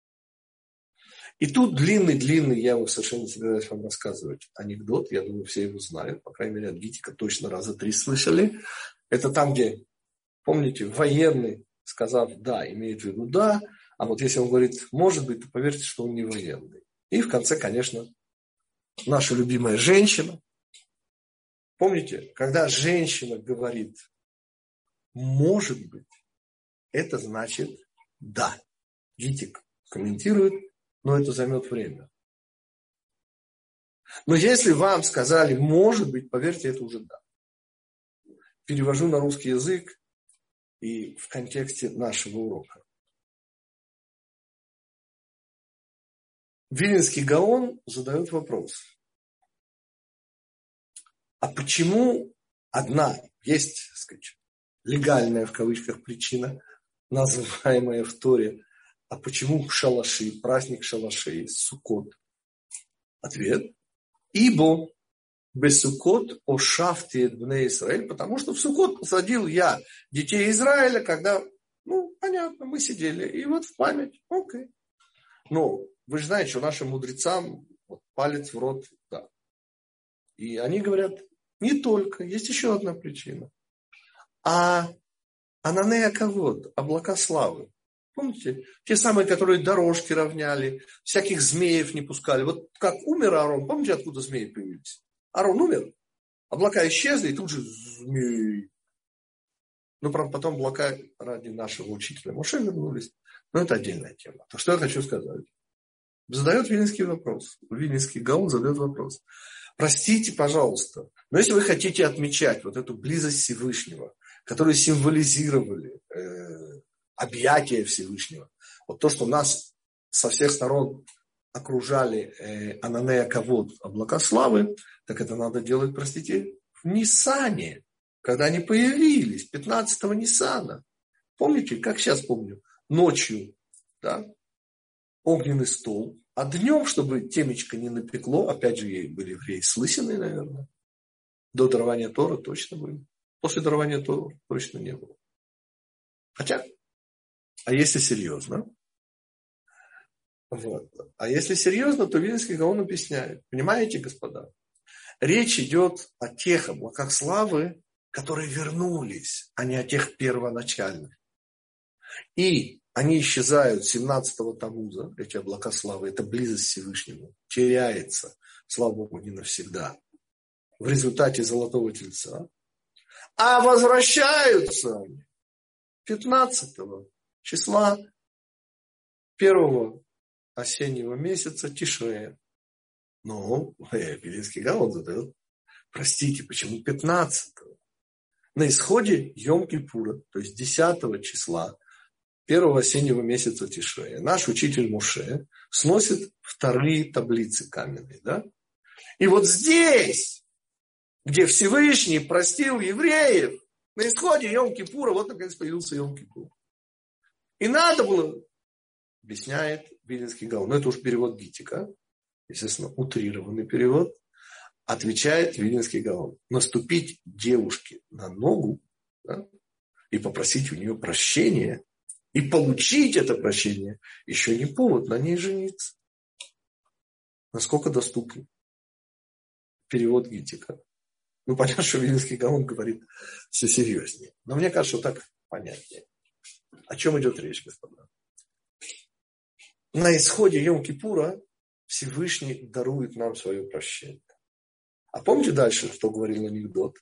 И тут длинный, я его совершенно не собираюсь вам рассказывать, анекдот, я думаю, все его знают, по крайней мере, от Гитика точно раза 3 слышали. Это там, где Помните, военный, сказав «да», имеет в виду «да», а вот если он говорит «может быть», то поверьте, что он не военный. И в конце, конечно, наша любимая женщина. Помните, когда женщина говорит «может быть», это значит «да». Гитик комментирует, но это займет время. Но если вам сказали «может быть», поверьте, это уже «да». Перевожу на русский язык и в контексте нашего урока. Виленский Гаон задает вопрос. А почему одна, есть, так сказать, легальная в кавычках причина, называемая в Торе, а почему шалаши, праздник шалашей, Суккот? Ответ. Ибо бесукот ошафти бней Израиль, потому что в Суккот посадил я детей Израиля, когда, понятно, мы сидели, и вот в память, окей. Но вы же знаете, что нашим мудрецам палец в рот, да. И они говорят, не только, есть еще одна причина. А ананея кавод, облака славы. Помните? Те самые, которые дорожки равняли, всяких змеев не пускали. Вот как умер Аарон, помните, откуда змеи появились? Аарон умер, облака исчезли, и тут же змеи. Правда, потом облака ради нашего учителя Моше вернулись. Но это отдельная тема. Так что я хочу сказать. Задает Виленский вопрос. Виленский Гаон задает вопрос. Простите, пожалуйста, но если вы хотите отмечать вот эту близость Всевышнего, которую символизировали объятия Всевышнего, вот то, что нас со всех сторон окружали ананея кавод, облака славы, так это надо делать, простите, в Ниссане, когда они появились, 15-го Ниссана. Помните, как сейчас помню, ночью, да, огненный стол, а днем, чтобы темечко не напекло, опять же, были евреи с лысиной, наверное, до дарования Тора точно были. После дарования Тора точно не было. Хотя, а если серьезно? Вот. А если серьезно, то Виленский Гаон объясняет. Понимаете, господа? Речь идет о тех облаках славы, которые вернулись, а не о тех первоначальных. И они исчезают 17-го Тамуза, эти облака славы, это близость к Всевышнему, теряется, слава Богу, не навсегда, в результате Золотого Тельца. А возвращаются они 15-го числа первого осеннего месяца Тишрея. Но Виленский Гаон задает, простите, почему 15-го? На исходе Йом-Кипура, то есть 10-го числа первого осеннего месяца Тишрея, наш учитель Моше сносит вторые таблицы каменные. Да? И вот здесь, где Всевышний простил евреев, на исходе Йом-Кипура, вот наконец появился Йом-Кипур. И надо было, объясняет Виленский Гаон, но это уж перевод Гитика, естественно, утрированный перевод, отвечает Виленский Гаон, наступить девушке на ногу, да, и попросить у нее прощения, и получить это прощение, еще не повод на ней жениться. Насколько доступен перевод Гитика? Понятно, что Виленский Гаон говорит все серьезнее. Но мне кажется, что так понятнее. О чем идет речь, господа? На исходе Йом-Кипура Всевышний дарует нам свое прощение. А помните дальше, что говорил анекдот?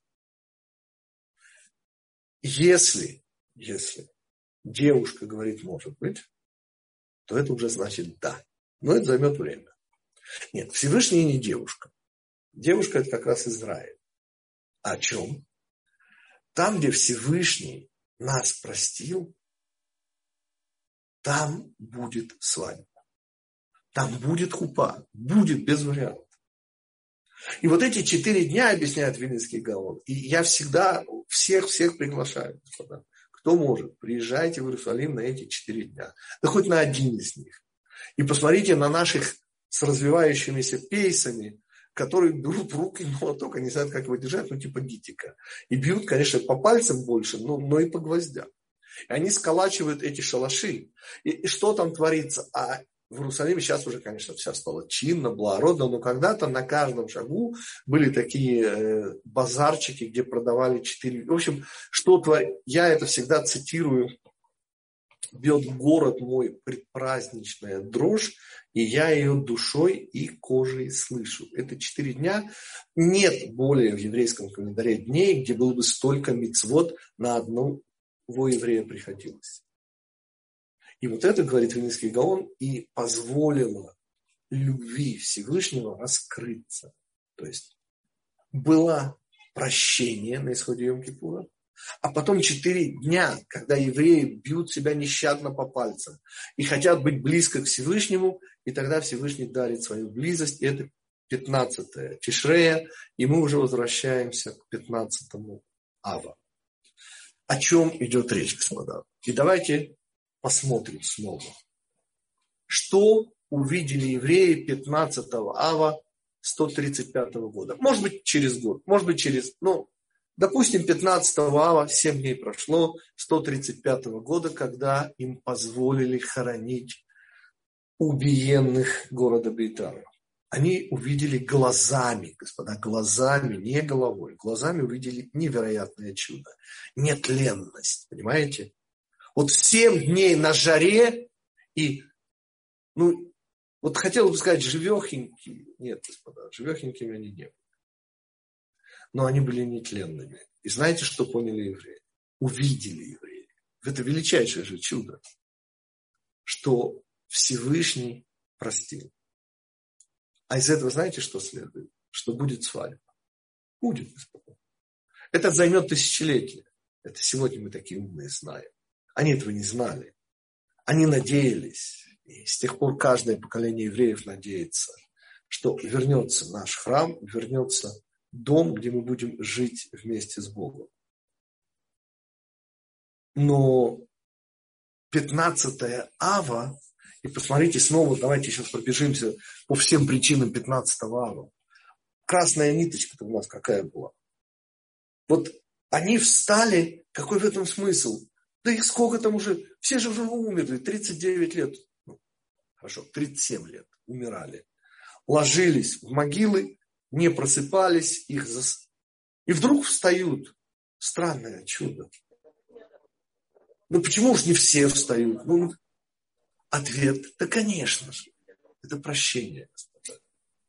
Если девушка говорит «может быть», то это уже значит «да». Но это займет время. Нет, Всевышний не девушка. Девушка – это как раз Израиль. О чем? Там, где Всевышний нас простил, там будет свадьба. Там будет хупа. Будет без вариантов. И вот эти 4 дня, объясняет Виленский Гаон, и я всегда всех приглашаю, господа. Кто может, приезжайте в Иерусалим на эти 4 дня. Да хоть на один из них. И посмотрите на наших с развивающимися пейсами, которые берут в руки молоток, они знают, как его держать, типа Гитика. И бьют, конечно, по пальцам больше, но и по гвоздям. И они сколачивают эти шалаши. И что там творится? А в Иерусалиме сейчас уже, конечно, вся стала чинно, благородно, но когда-то на каждом шагу были такие базарчики, где продавали 4... В общем, я это всегда цитирую. «Бьет город мой предпраздничная дрожь, и я ее душой и кожей слышу». Это 4 дня. Нет более в еврейском календаре дней, где было бы столько мицвот на одного еврея приходилось. И вот это, говорит Вильнюсский Гаон, и позволило любви Всевышнего раскрыться. То есть было прощение на исходе Йом-Кипура, а потом 4 дня, когда евреи бьют себя нещадно по пальцам и хотят быть близко к Всевышнему, и тогда Всевышний дарит свою близость. И это 15-е Тишрея, и мы уже возвращаемся к 15-му Ава. О чем идет речь, господа? И давайте посмотрим снова. Что увидели евреи 15-го Ава 135 года? Может быть, через год, может быть, допустим, 15-го Ава, 7 дней прошло, 135 года, когда им позволили хоронить убиенных города Бейтара. Они увидели глазами, господа, глазами, не головой, глазами увидели невероятное чудо. Нетленность, понимаете? Вот 7 дней на жаре и, вот хотел бы сказать, живехенькие. Нет, господа, живехенькими они не были. Но они были нетленными. И знаете, что поняли евреи? Увидели евреи. Это величайшее же чудо, что Всевышний простил. А из этого знаете, что следует? Что будет свадьба. Будет, господа. Это займет тысячелетия. Это сегодня мы такие умные знаем. Они этого не знали. Они надеялись. И с тех пор каждое поколение евреев надеется, что вернется наш храм, вернется дом, где мы будем жить вместе с Богом. Но 15 Ава, и посмотрите снова, давайте сейчас пробежимся по всем причинам 15 Ава. Красная ниточка-то у нас какая была? Вот они встали, какой в этом смысл? Да их сколько там уже, все же уже умерли, 39 лет. Хорошо, 37 лет умирали. Ложились в могилы, не просыпались, и вдруг встают. Странное чудо. Почему же не все встают? Ответ, да, конечно же, это прощение, господа.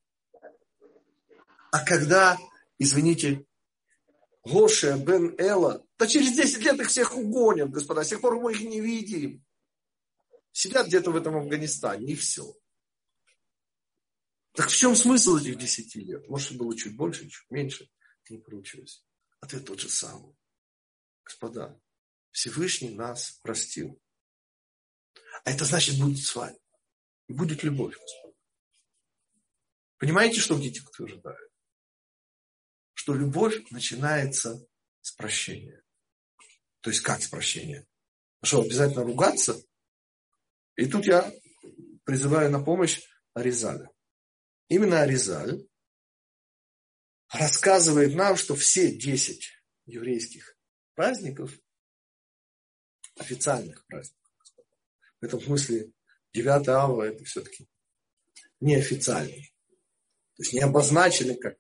А когда, извините, Гошия бен Эла, да через 10 лет их всех угонят, господа, с тех пор мы их не видим. Сидят где-то в этом Афганистане, и все. Так в чем смысл этих 10 лет? Может, было чуть больше, чуть меньше, не получилось. Ответ тот же самый. Господа, Всевышний нас простил. А это значит, будет свадьба. И будет любовь, Господа. Понимаете, что в детях утверждают? Что любовь начинается с прощения. То есть как с прощения? Что, обязательно ругаться? И тут я призываю на помощь Аризаля. Именно Аризаль рассказывает нам, что все 10 еврейских праздников, официальных праздников, в этом смысле 9 Ава это все-таки неофициальный. То есть не обозначены как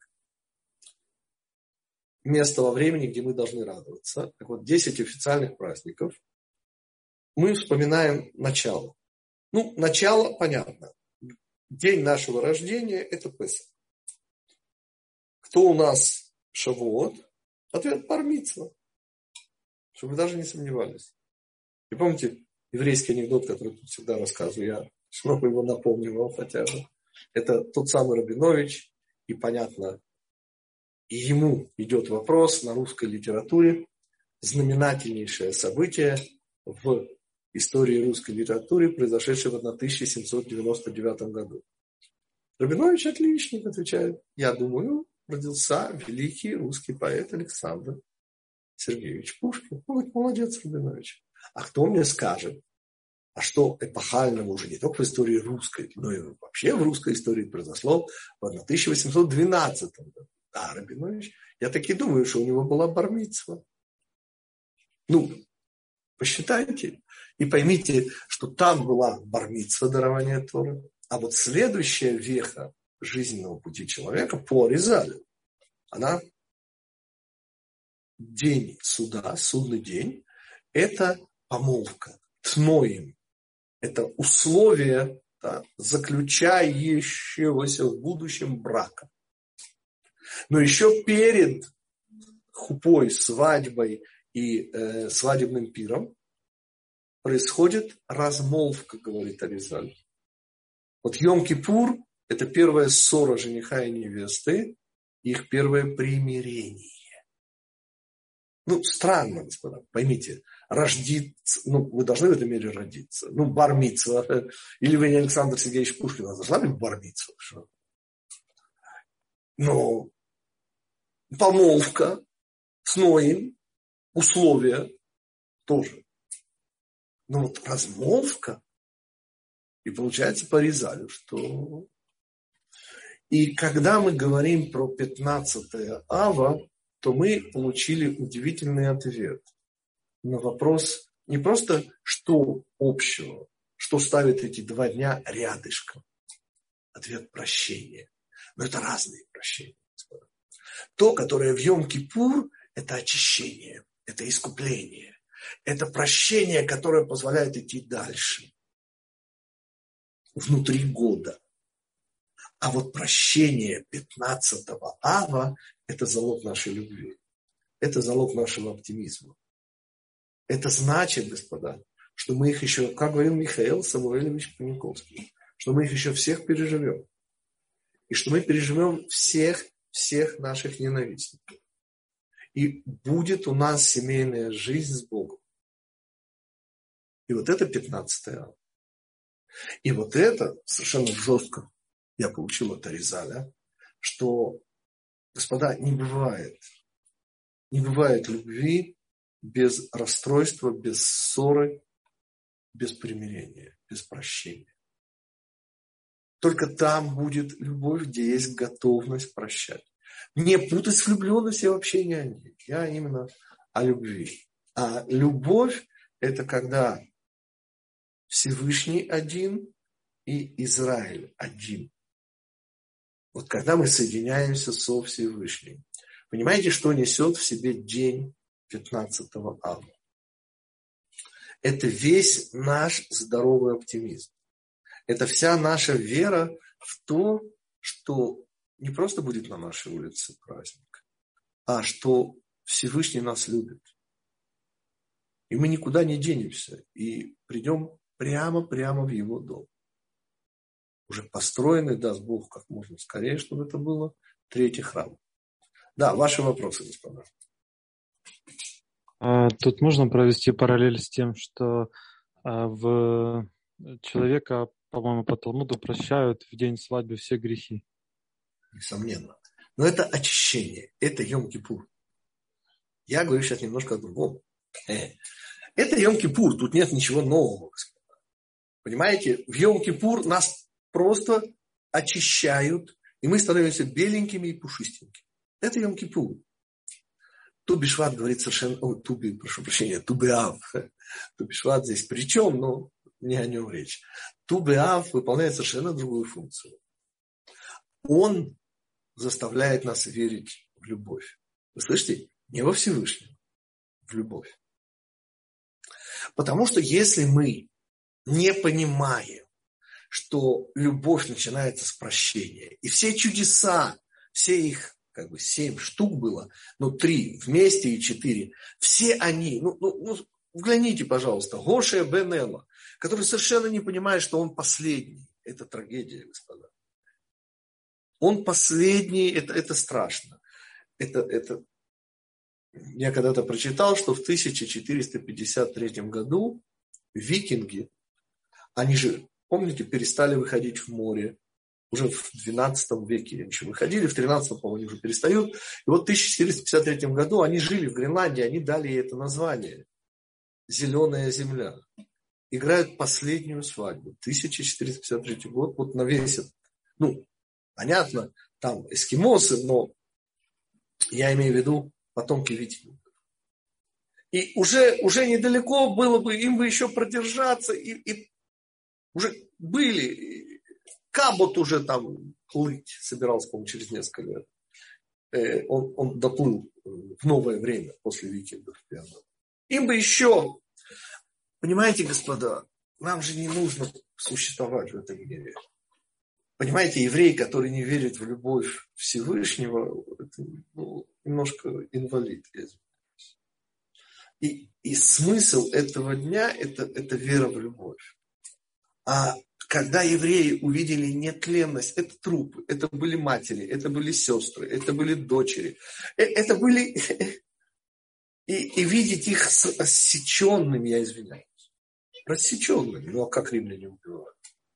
место во времени, где мы должны радоваться. Так вот, 10 официальных праздников мы вспоминаем начало. Начало понятно. День нашего рождения – это Песах. Кто у нас Шавуот? Ответ – Бар-мицва. Чтобы вы даже не сомневались. И помните еврейский анекдот, который я всегда рассказываю, я снова его напомню вам хотя бы. Это тот самый Рабинович, и понятно, и ему идет вопрос на русской литературе, знаменательнейшее событие в истории русской литературы, произошедшее в 1799 году. Рабинович отличник, отвечает. Я думаю, родился великий русский поэт Александр Сергеевич Пушкин. Молодец, Рабинович. А кто мне скажет, а что эпохального уже не только в истории русской, но и вообще в русской истории произошло в 1812 году? Да, Рабинович, я таки думаю, что у него была бар-мицва. Посчитайте и поймите, что там была бар-мицва, дарование Торы, а вот следующая веха жизненного пути человека по Аризалю, она день суда, судный день, это помолвка, тноим, это условие, да, заключающегося в будущем брака. Но еще перед хупой, свадьбой и свадебным пиром происходит размолвка, говорит Аризаль. Вот Йом-Кипур – это первая ссора жениха и невесты, их первое примирение. Ну, странно, господа, поймите, рождиться, ну, вы должны в этом мире родиться. Ну, бар-мицва, или вы не Александр Сергеевич Пушкин, а должна быть бар-мицва. Но помолвка, сноим, условия тоже. Но вот размолвка, и получается по Аризалю, что... И когда мы говорим про 15 ава, то мы получили удивительный ответ на вопрос не просто, что общего, что ставит эти 2 дня рядышком. Ответ – прощение. Но это разные прощения. То, которое в Йом-Кипур, это очищение, это искупление, это прощение, которое позволяет идти дальше, внутри года. А вот прощение 15 ава – это залог нашей любви. Это залог нашего оптимизма. Это значит, господа, что мы их еще, как говорил Михаил Самуэльевич Паниковский, что мы их еще всех переживем. И что мы переживем всех наших ненавистников. И будет у нас семейная жизнь с Богом. И вот это 15 ава. И вот это совершенно жестко я получил от Аризаля, что, господа, не бывает любви без расстройства, без ссоры, без примирения, без прощения. Только там будет любовь, где есть готовность прощать. Не путать с влюбленностью, я вообще не о ней. Я именно о любви. А любовь – это когда Всевышний один и Израиль один. Вот когда мы соединяемся со Всевышним. Понимаете, что несет в себе день 15 ава? Это весь наш здоровый оптимизм. Это вся наша вера в то, что не просто будет на нашей улице праздник, а что Всевышний нас любит. И мы никуда не денемся. И придем прямо в его дом. Уже построенный, даст Бог, как можно скорее, чтобы это было, 3-й храм. Да, ваши вопросы, господа. Тут можно провести параллель с тем, что в человека, по-моему, по Талмуду прощают в день свадьбы все грехи. Несомненно. Но это очищение, это Йом-Кипур. Я говорю сейчас немножко о другом. Это Йом-Кипур, тут нет ничего нового, господа. Понимаете, в Йом-Кипур нас просто очищают, и мы становимся беленькими и пушистенькими. Это Йом-Кипур. Ту-би-шват говорит совершенно... Ту-би-ав. Ту-би-шват здесь при чем, но не о нем речь. Ту-би-ав выполняет совершенно другую функцию. Он заставляет нас верить в любовь. Вы слышите? Не во Всевышнего, в любовь. Потому что если мы не понимаем, что любовь начинается с прощения, и все чудеса, все их 7 штук было, 3 вместе и 4, все они, взгляните, пожалуйста, Гошия бен Эла, который совершенно не понимает, что он последний. Это трагедия, господа. Он последний, это страшно. Я когда-то прочитал, что в 1453 году викинги, они же, помните, перестали выходить в море. Уже в XII веке они еще выходили, в XIII, по-моему, они уже перестают. И вот в 1453 году они жили в Гренландии, они дали ей это название. «Зеленая земля». Играют последнюю свадьбу. 1453 год, вот на весь этот. Понятно, там эскимосы, но я имею в виду потомки викингов. И уже недалеко было бы, им бы еще продержаться, и уже были, Кабот уже там плыть собирался, по-моему, через несколько лет. Он доплыл в новое время после викингов. Им бы еще, понимаете, господа, нам же не нужно существовать в этом мире. Понимаете, еврей, который не верит в любовь Всевышнего, это, немножко инвалид. И смысл этого дня это вера в любовь. А когда евреи увидели нетленность, это трупы, это были матери, это были сестры, это были дочери, это были... И видеть их рассеченными, я извиняюсь, рассеченными, ну а как римляне убивают?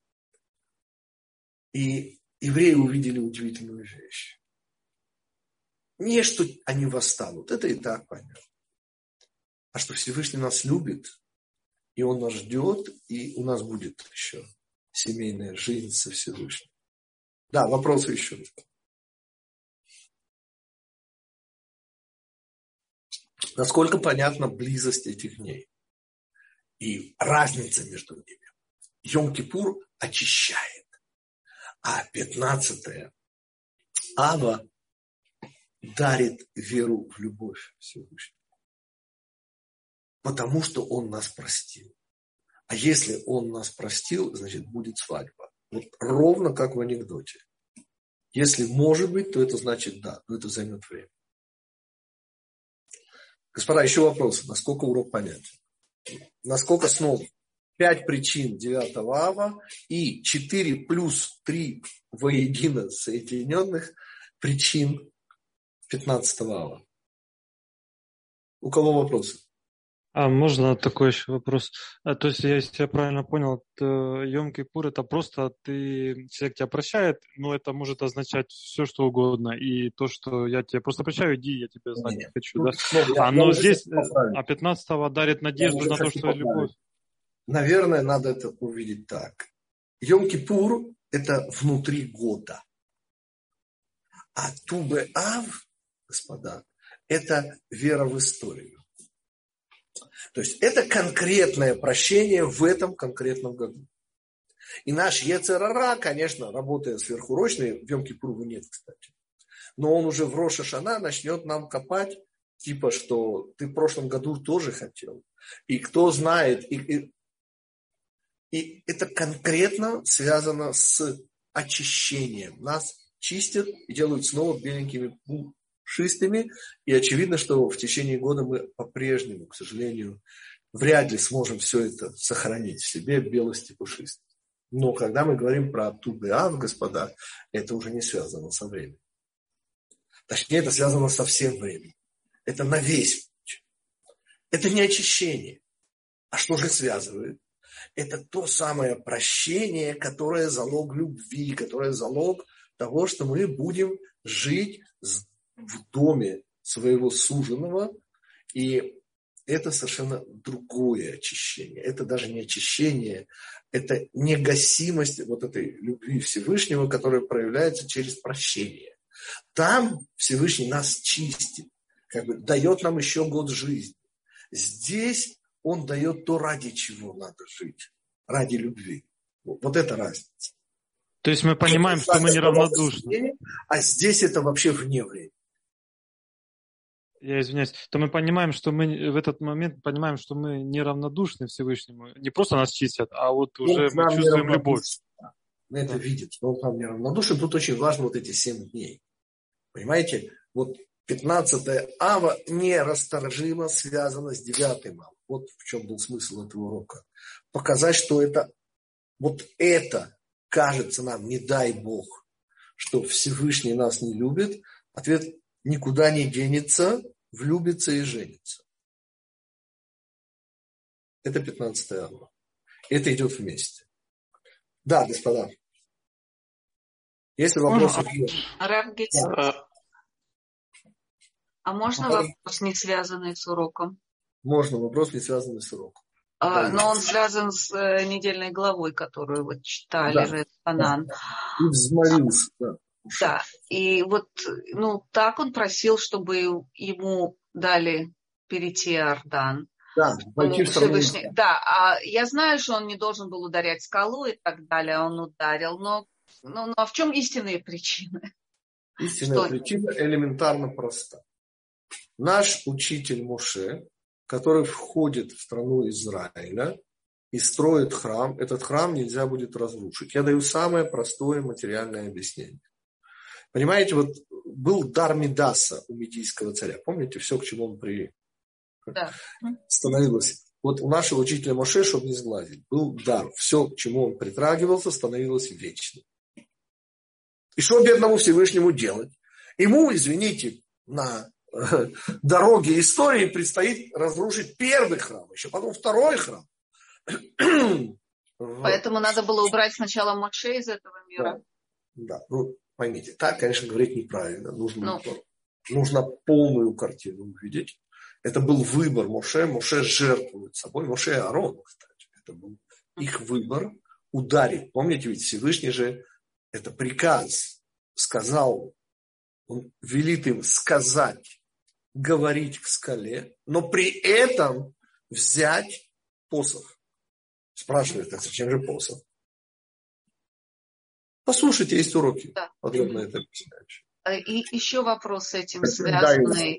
И евреи увидели удивительную вещь. Не что они восстанут, это и так понятно. А что Всевышний нас любит, и Он нас ждет, и у нас будет еще семейная жизнь со Всевышним. Да, вопросы еще. Насколько понятна близость этих дней и разница между ними. Йом-Кипур очищает, а 15 Ава дарит веру в любовь Всевышнего. Потому что Он нас простил. А если Он нас простил, значит будет свадьба. Вот ровно как в анекдоте. Если может быть, то это значит да, но это займет время. Господа, еще вопросы. Насколько урок понятен? Насколько снова 5 причин 9 ава и 4 плюс 3 воедино соединенных причин 15 ава? У кого вопросы? А можно такой еще вопрос? То есть, если я правильно понял, Йом-Кипур это просто человек тебя прощает, но это может означать все, что угодно. И то, что я тебя просто прощаю, иди, я тебя знать не хочу. Да? Но здесь, 15-го дарит надежду на то, что любовь. Наверное, надо это увидеть так. Йом-Кипур это внутри года. А Ту-Бе-Ав, господа, это вера в историю. То есть это конкретное прощение в этом конкретном году. И наш Йецер ара, конечно, работая сверхурочно, в Йом-Кипур его нет, кстати, но он уже в Рош ха-Шана начнет нам копать, типа, что ты в прошлом году тоже хотел. И кто знает, и это конкретно связано с очищением. Нас чистят и делают снова беленькими пушистыми. И очевидно, что в течение года мы по-прежнему, к сожалению, вряд ли сможем все это сохранить в себе, белость и пушистость. Но когда мы говорим про Ту-Бе-Ав, господа, это уже не связано со временем. Точнее, это связано со всем временем. Это на весь путь. Это не очищение. А что же связывает? Это то самое прощение, которое залог любви, которое залог того, что мы будем жить в доме своего суженого. И это совершенно другое очищение. Это даже не очищение, это негасимость вот этой любви Всевышнего, которая проявляется через прощение. Там Всевышний нас чистит, как бы дает нам еще год жизни. Здесь Он дает то, ради чего надо жить, ради любви. Вот это разница. То есть мы понимаем, что мы неравнодушны. А здесь это вообще вне времени. Я извиняюсь, то мы понимаем, что мы в этот момент понимаем, что мы неравнодушны Всевышнему. Не просто нас чистят, а вот уже мы чувствуем любовь. Мы это видим, что Он к нам неравнодушен. Тут очень важно вот эти 7 дней. Понимаете? Вот 15 ава нерасторжимо связано с 9 авом. Вот в чем был смысл этого урока. Показать, что это кажется нам, не дай Бог, что Всевышний нас не любит. Ответ: никуда не денется, влюбится и женится. Это 15 ава. Это идет вместе. Да, господа. Если вопросы... Рав Гитцель, а можно вопрос, не связанный с уроком? Можно, вопрос, не связанный с уроком. Но он связан с недельной главой, которую вот читали, Ханан. И взмолился, да. Да, и вот, так он просил, чтобы ему дали перейти Иордан. Да, войти в страну. Да, а я знаю, что он не должен был ударять скалу и так далее, он ударил, но а в чем истинные причины? Истинная причина элементарно проста. Наш учитель Моше, который входит в страну Израиля и строит храм, этот храм нельзя будет разрушить. Я даю самое простое материальное объяснение. Понимаете, вот был дар Мидаса у медийского царя. Помните, все, к чему он становилось. Вот у нашего учителя Моше, чтобы не сглазить, был дар. Все, к чему он притрагивался, становилось вечным. И что бедному Всевышнему делать? Ему, извините, на дороге истории предстоит разрушить первый храм, еще потом второй храм. Поэтому надо было убрать сначала Моше из этого мира. Да, ну поймите, так, конечно, говорить неправильно. Нужно полную картину увидеть. Это был выбор Моше. Моше жертвует собой. Моше и Аарон, кстати. Это был их выбор ударить. Помните, ведь Всевышний же это приказ сказал. Он велит им сказать, говорить к скале, но при этом взять посох. Спрашивает, а зачем же посох? Послушайте, есть уроки. Да. Подробно это объясняю. И еще вопрос с этим связанный.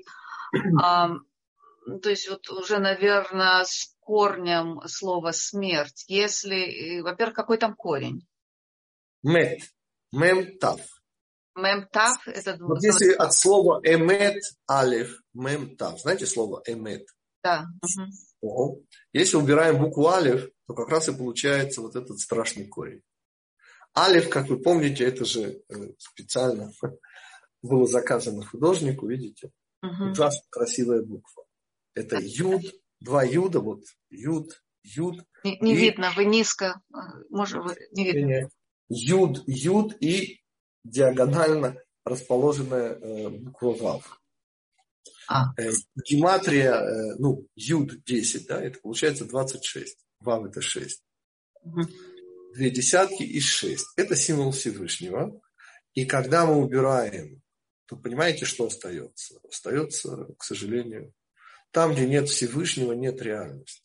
То есть вот уже, наверное, с корнем слова смерть. Если, во-первых, какой там корень? Мет. Мемтав. Мемтав это вот если от слова эмет алеф, мемтав. Знаете слово эмет? Да. Если убираем букву алеф, то как раз и получается вот этот страшный корень. Алеф, как вы помните, это же специально было заказано художнику, видите? Ужасно красивая буква. Это юд, два юда, вот юд. Не видно, вы низко, может, не видно. Юд и диагонально расположенная буква вав. Гематрия, юд 10, да, это получается 26. Вав это 6. 2 десятки и 6. Это символ Всевышнего. И когда мы убираем, то понимаете, что остается? Остается, к сожалению, там, где нет Всевышнего, нет реальности.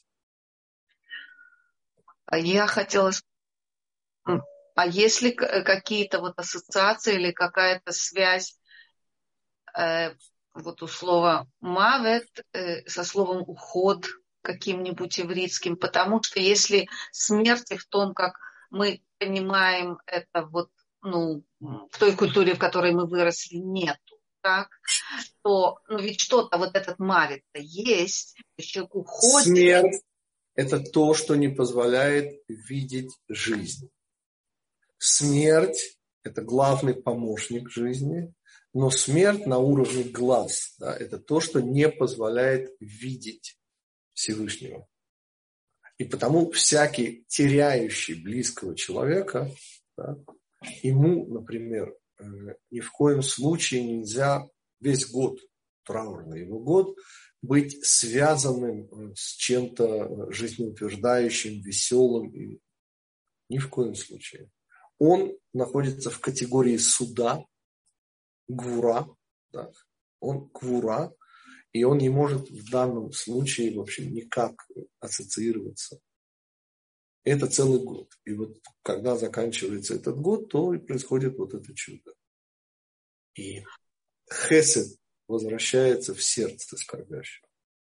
Я хотела... А есть ли какие-то вот ассоциации или какая-то связь вот у слова «мавет» со словом «уход» каким-нибудь ивритским? Потому что если смерть в том, как мы понимаем это вот, в той культуре, в которой мы выросли, нету, так? То ведь что-то, вот этот «мавет»-то есть, человек уходит. Смерть – это то, что не позволяет видеть жизнь. Смерть – это главный помощник жизни, но смерть на уровне глаз, да, это то, что не позволяет видеть Всевышнего. И потому всякий теряющий близкого человека, да, ему, например, ни в коем случае нельзя весь год, траурный его год, быть связанным с чем-то жизнеутверждающим, веселым. Ни в коем случае. Он находится в категории суда, гвура, да, он гвура, и он не может в данном случае вообще никак ассоциироваться. Это целый год. И вот когда заканчивается этот год, то и происходит вот это чудо. И хесед возвращается в сердце скорбящего.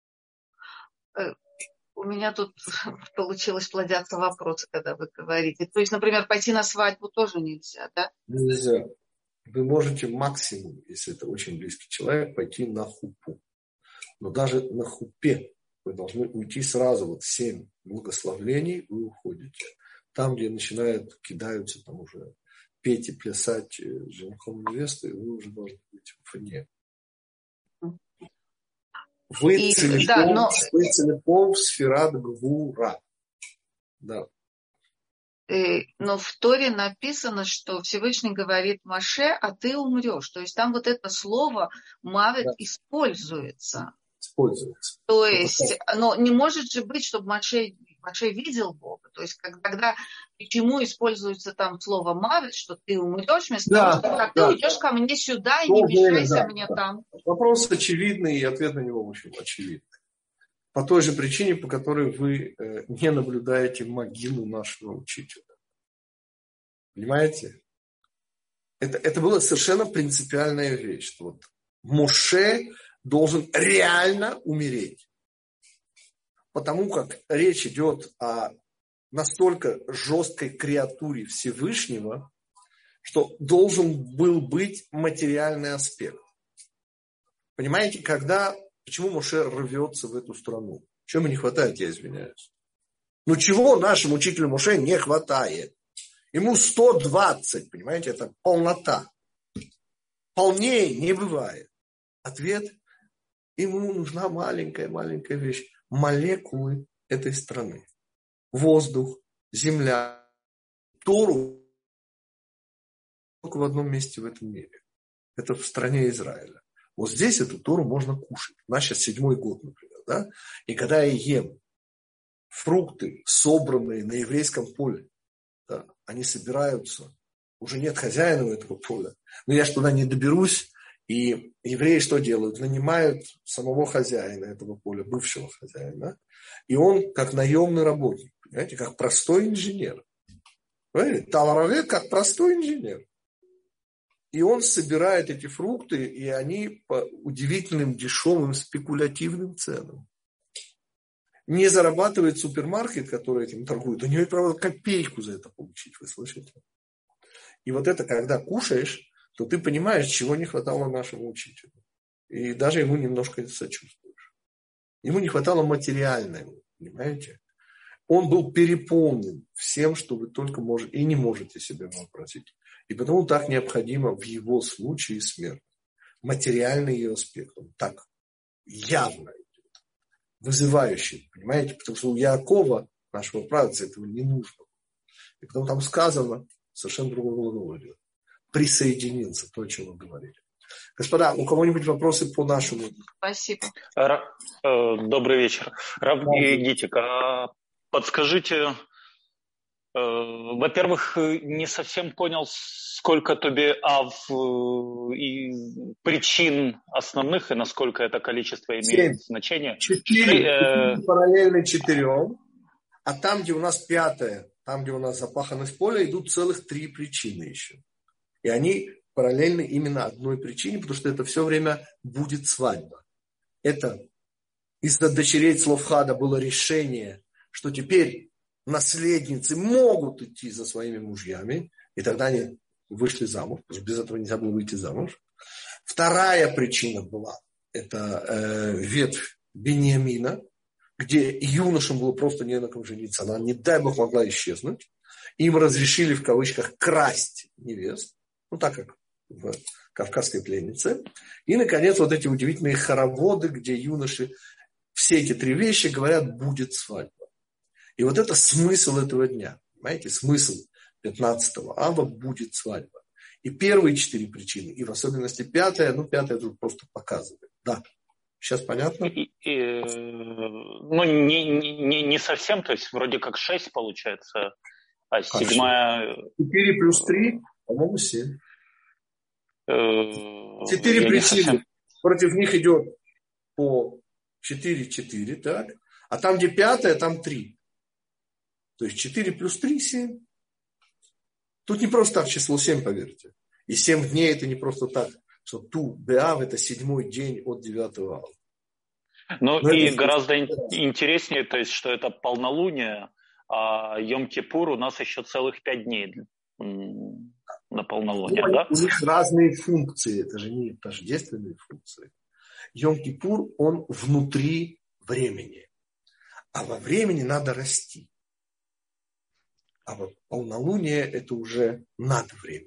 У меня тут получилось плодятся вопросы, когда вы говорите. То есть, например, пойти на свадьбу тоже нельзя, да? Нельзя. Вы можете максимум, если это очень близкий человек, пойти на хупу. Но даже на хупе вы должны уйти сразу. Вот 7 благословлений вы уходите. Там, где кидаются там уже петь и плясать с женихом и невестой, вы уже должны быть вне. Вы целиком в сферат гвура. Да. Но в Торе написано, что Всевышний говорит Моше, а ты умрешь. То есть там вот это слово «мавет» используется. То есть, но не может же быть, чтобы Моше видел Бога. То есть, когда почему используется там слово «мавет», что ты умрешь, вместо того, что ты уйдешь ко мне сюда и не мешайся мне там. Вопрос очевидный, и ответ на него очень очевидный. По той же причине, по которой вы не наблюдаете могилу нашего учителя. Понимаете? Это была совершенно принципиальная вещь. Что вот Моше должен реально умереть. Потому как речь идет о настолько жесткой креатуре Всевышнего, что должен был быть материальный аспект. Понимаете, почему Моше рвется в эту страну? Чего ему не хватает, я извиняюсь. Ну чего нашему учителю Моше не хватает? Ему 120, понимаете, это полнота. Полнее не бывает. Ответ: ему нужна маленькая вещь. Молекулы этой страны. Воздух, земля, Тору только в одном месте в этом мире. Это в стране Израиля. Вот здесь эту Тору можно кушать. У нас сейчас 7-й год, например. Да? И когда я ем фрукты, собранные на еврейском поле, да, они собираются, уже нет хозяина у этого поля, но я ж туда не доберусь, и евреи что делают? Нанимают самого хозяина этого поля, бывшего хозяина, и он как наемный работник, понимаете, как простой инженер. Таларавед как простой инженер. И он собирает эти фрукты, и они по удивительным, дешевым, спекулятивным ценам. Не зарабатывает супермаркет, который этим торгует. У него, правда, копейку за это получить, вы слышите? И вот это, когда кушаешь, то ты понимаешь, чего не хватало нашему учителю. И даже ему немножко сочувствуешь. Ему не хватало материального, понимаете? Он был переполнен всем, что вы только можете и не можете себе вообразить. И потому так необходимо в его случае смерть. Материальный ее аспект. Он так явно идет. Вызывающий, понимаете? Потому что у Яакова, нашего праотца, этого не нужно. И потому там сказано совершенно другое глагол. Присоединился, то, о чем вы говорили. Господа, у кого-нибудь вопросы по нашему? Спасибо. Добрый вечер. Рав Гитик, подскажите, во-первых, не совсем понял, сколько Тоби Ав и причин основных, и насколько это количество имеет 7. Значение. 4 параллельно 4, а там, где у нас 5, там, где у нас запаханность поля, идут целых 3 причины еще. И они параллельны именно одной причине, потому что это все время будет свадьба. Это из-за дочерей Цлофхада было решение, что теперь наследницы могут идти за своими мужьями, и тогда они вышли замуж, потому что без этого нельзя было выйти замуж. Вторая причина была, это ветвь Биньямина, где юношам было просто не на ком жениться, она, не дай бог, могла исчезнуть. Им разрешили, в кавычках, красть невест, ну так как в «Кавказской пленнице». И, наконец, вот эти удивительные хороводы, где юноши все эти 3 вещи говорят: будет свадьба. И вот это смысл этого дня. Понимаете, смысл 15 ава будет свадьба. И первые 4 причины, и в особенности 5, ну 5 тут просто показывает. Да. Сейчас понятно? Ну, не совсем, то есть вроде как 6 получается, а 7-я... 4 плюс 3, по-моему, 7. 4 причины. Против них идет по 4, так? А там, где 5, там 3. То есть 4 плюс 3, 7. Тут не просто так число 7, поверьте. И 7 дней это не просто так, что Ту Беав это 7-й день от 9 ава. Ну и гораздо интереснее, то есть, что это полнолуние, а Йом-Кипур у нас еще целых 5 дней на полнолуние, да? У них разные функции, это же не тождественные функции. Йом-Кипур, он внутри времени. А во времени надо расти. А вот полнолуние это уже над временем.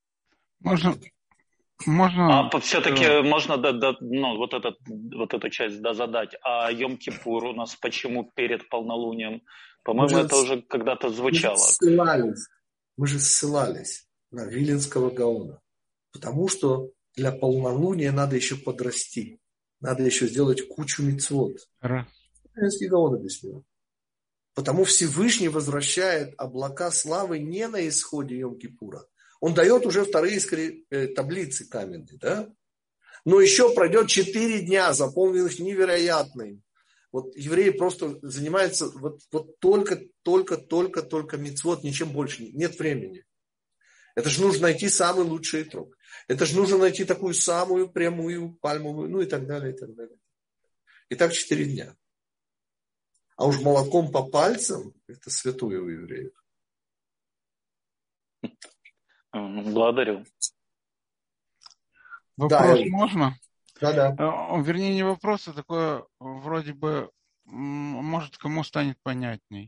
Можно... А все-таки можно вот эту часть задать. А Йом-Кипур у нас почему перед полнолунием? По-моему, это уже когда-то звучало. Мы же ссылались на Виленского Гаона. Потому что для полнолуния надо еще подрасти. Надо еще сделать кучу мицвот. Виленский Гаон объяснил. Потому Всевышний возвращает облака славы не на исходе Йом-Кипура. Он дает уже 2 таблицы каменные, да? Но еще пройдет 4 дня, заполненных невероятным Вот евреи просто занимаются вот только мицвот, ничем больше. Нет времени. Это же нужно найти самый лучший итрог. Это же нужно найти такую самую прямую пальмовую, ну и так далее, и так далее. И так 4 дня. А уж молоком по пальцам, это святое у евреев. Благодарю. Вопрос можно? Да. Вернее, не вопрос, а такое вроде бы, может, кому станет понятней.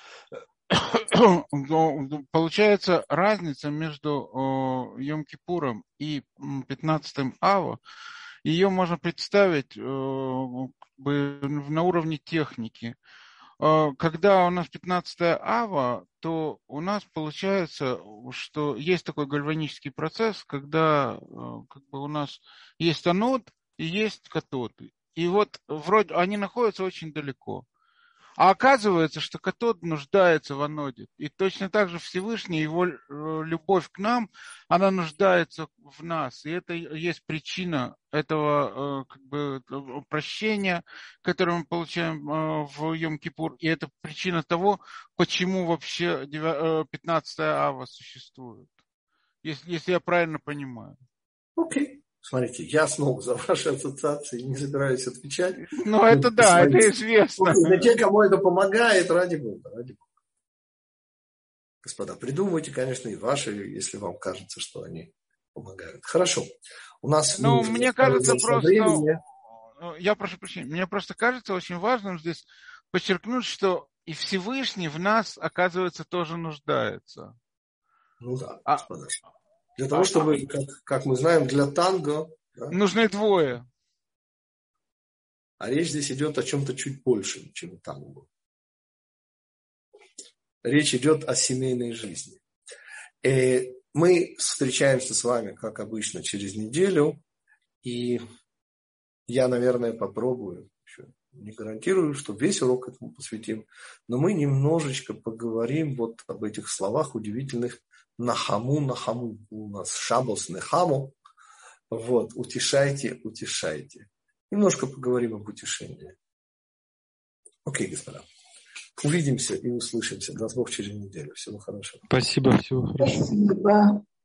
Получается, разница между Йом-Кипуром и 15-м Ава, ее можно представить на уровне техники. Когда у нас 15-я Ава, то у нас получается, что есть такой гальванический процесс, когда у нас есть анод и есть катод. И вот вроде они находятся очень далеко. А оказывается, что катод нуждается в аноде. И точно так же Всевышний, его любовь к нам, она нуждается в нас. И это есть причина этого прощения, которое мы получаем в Йом-Кипур. И это причина того, почему вообще 15-я Ава существует. Если я правильно понимаю. Окей. Смотрите, я снова за ваши ассоциации не собираюсь отвечать. Ну, это да, это известно. Для тех, кому это помогает, ради Бога. Господа, придумывайте, конечно, и ваши, если вам кажется, что они помогают. Хорошо. У нас... мне кажется просто... Я прошу прощения. Мне просто кажется очень важным здесь подчеркнуть, что и Всевышний в нас, оказывается, тоже нуждается. Ну да, господа. Для того, чтобы, как мы знаем, для танго... Да, нужны двое. А речь здесь идет о чем-то чуть большем, чем танго. Речь идет о семейной жизни. И мы встречаемся с вами, как обычно, через неделю. И я, наверное, попробую. Еще не гарантирую, что весь урок этому посвятим. Но мы немножечко поговорим вот об этих словах удивительных. Нахаму. У нас шабос нехаму. Вот, утешайте. Немножко поговорим об утешении. Окей, господа. Увидимся и услышимся. Даст Бог через неделю. Всего хорошего. Спасибо, всего хорошего. Спасибо.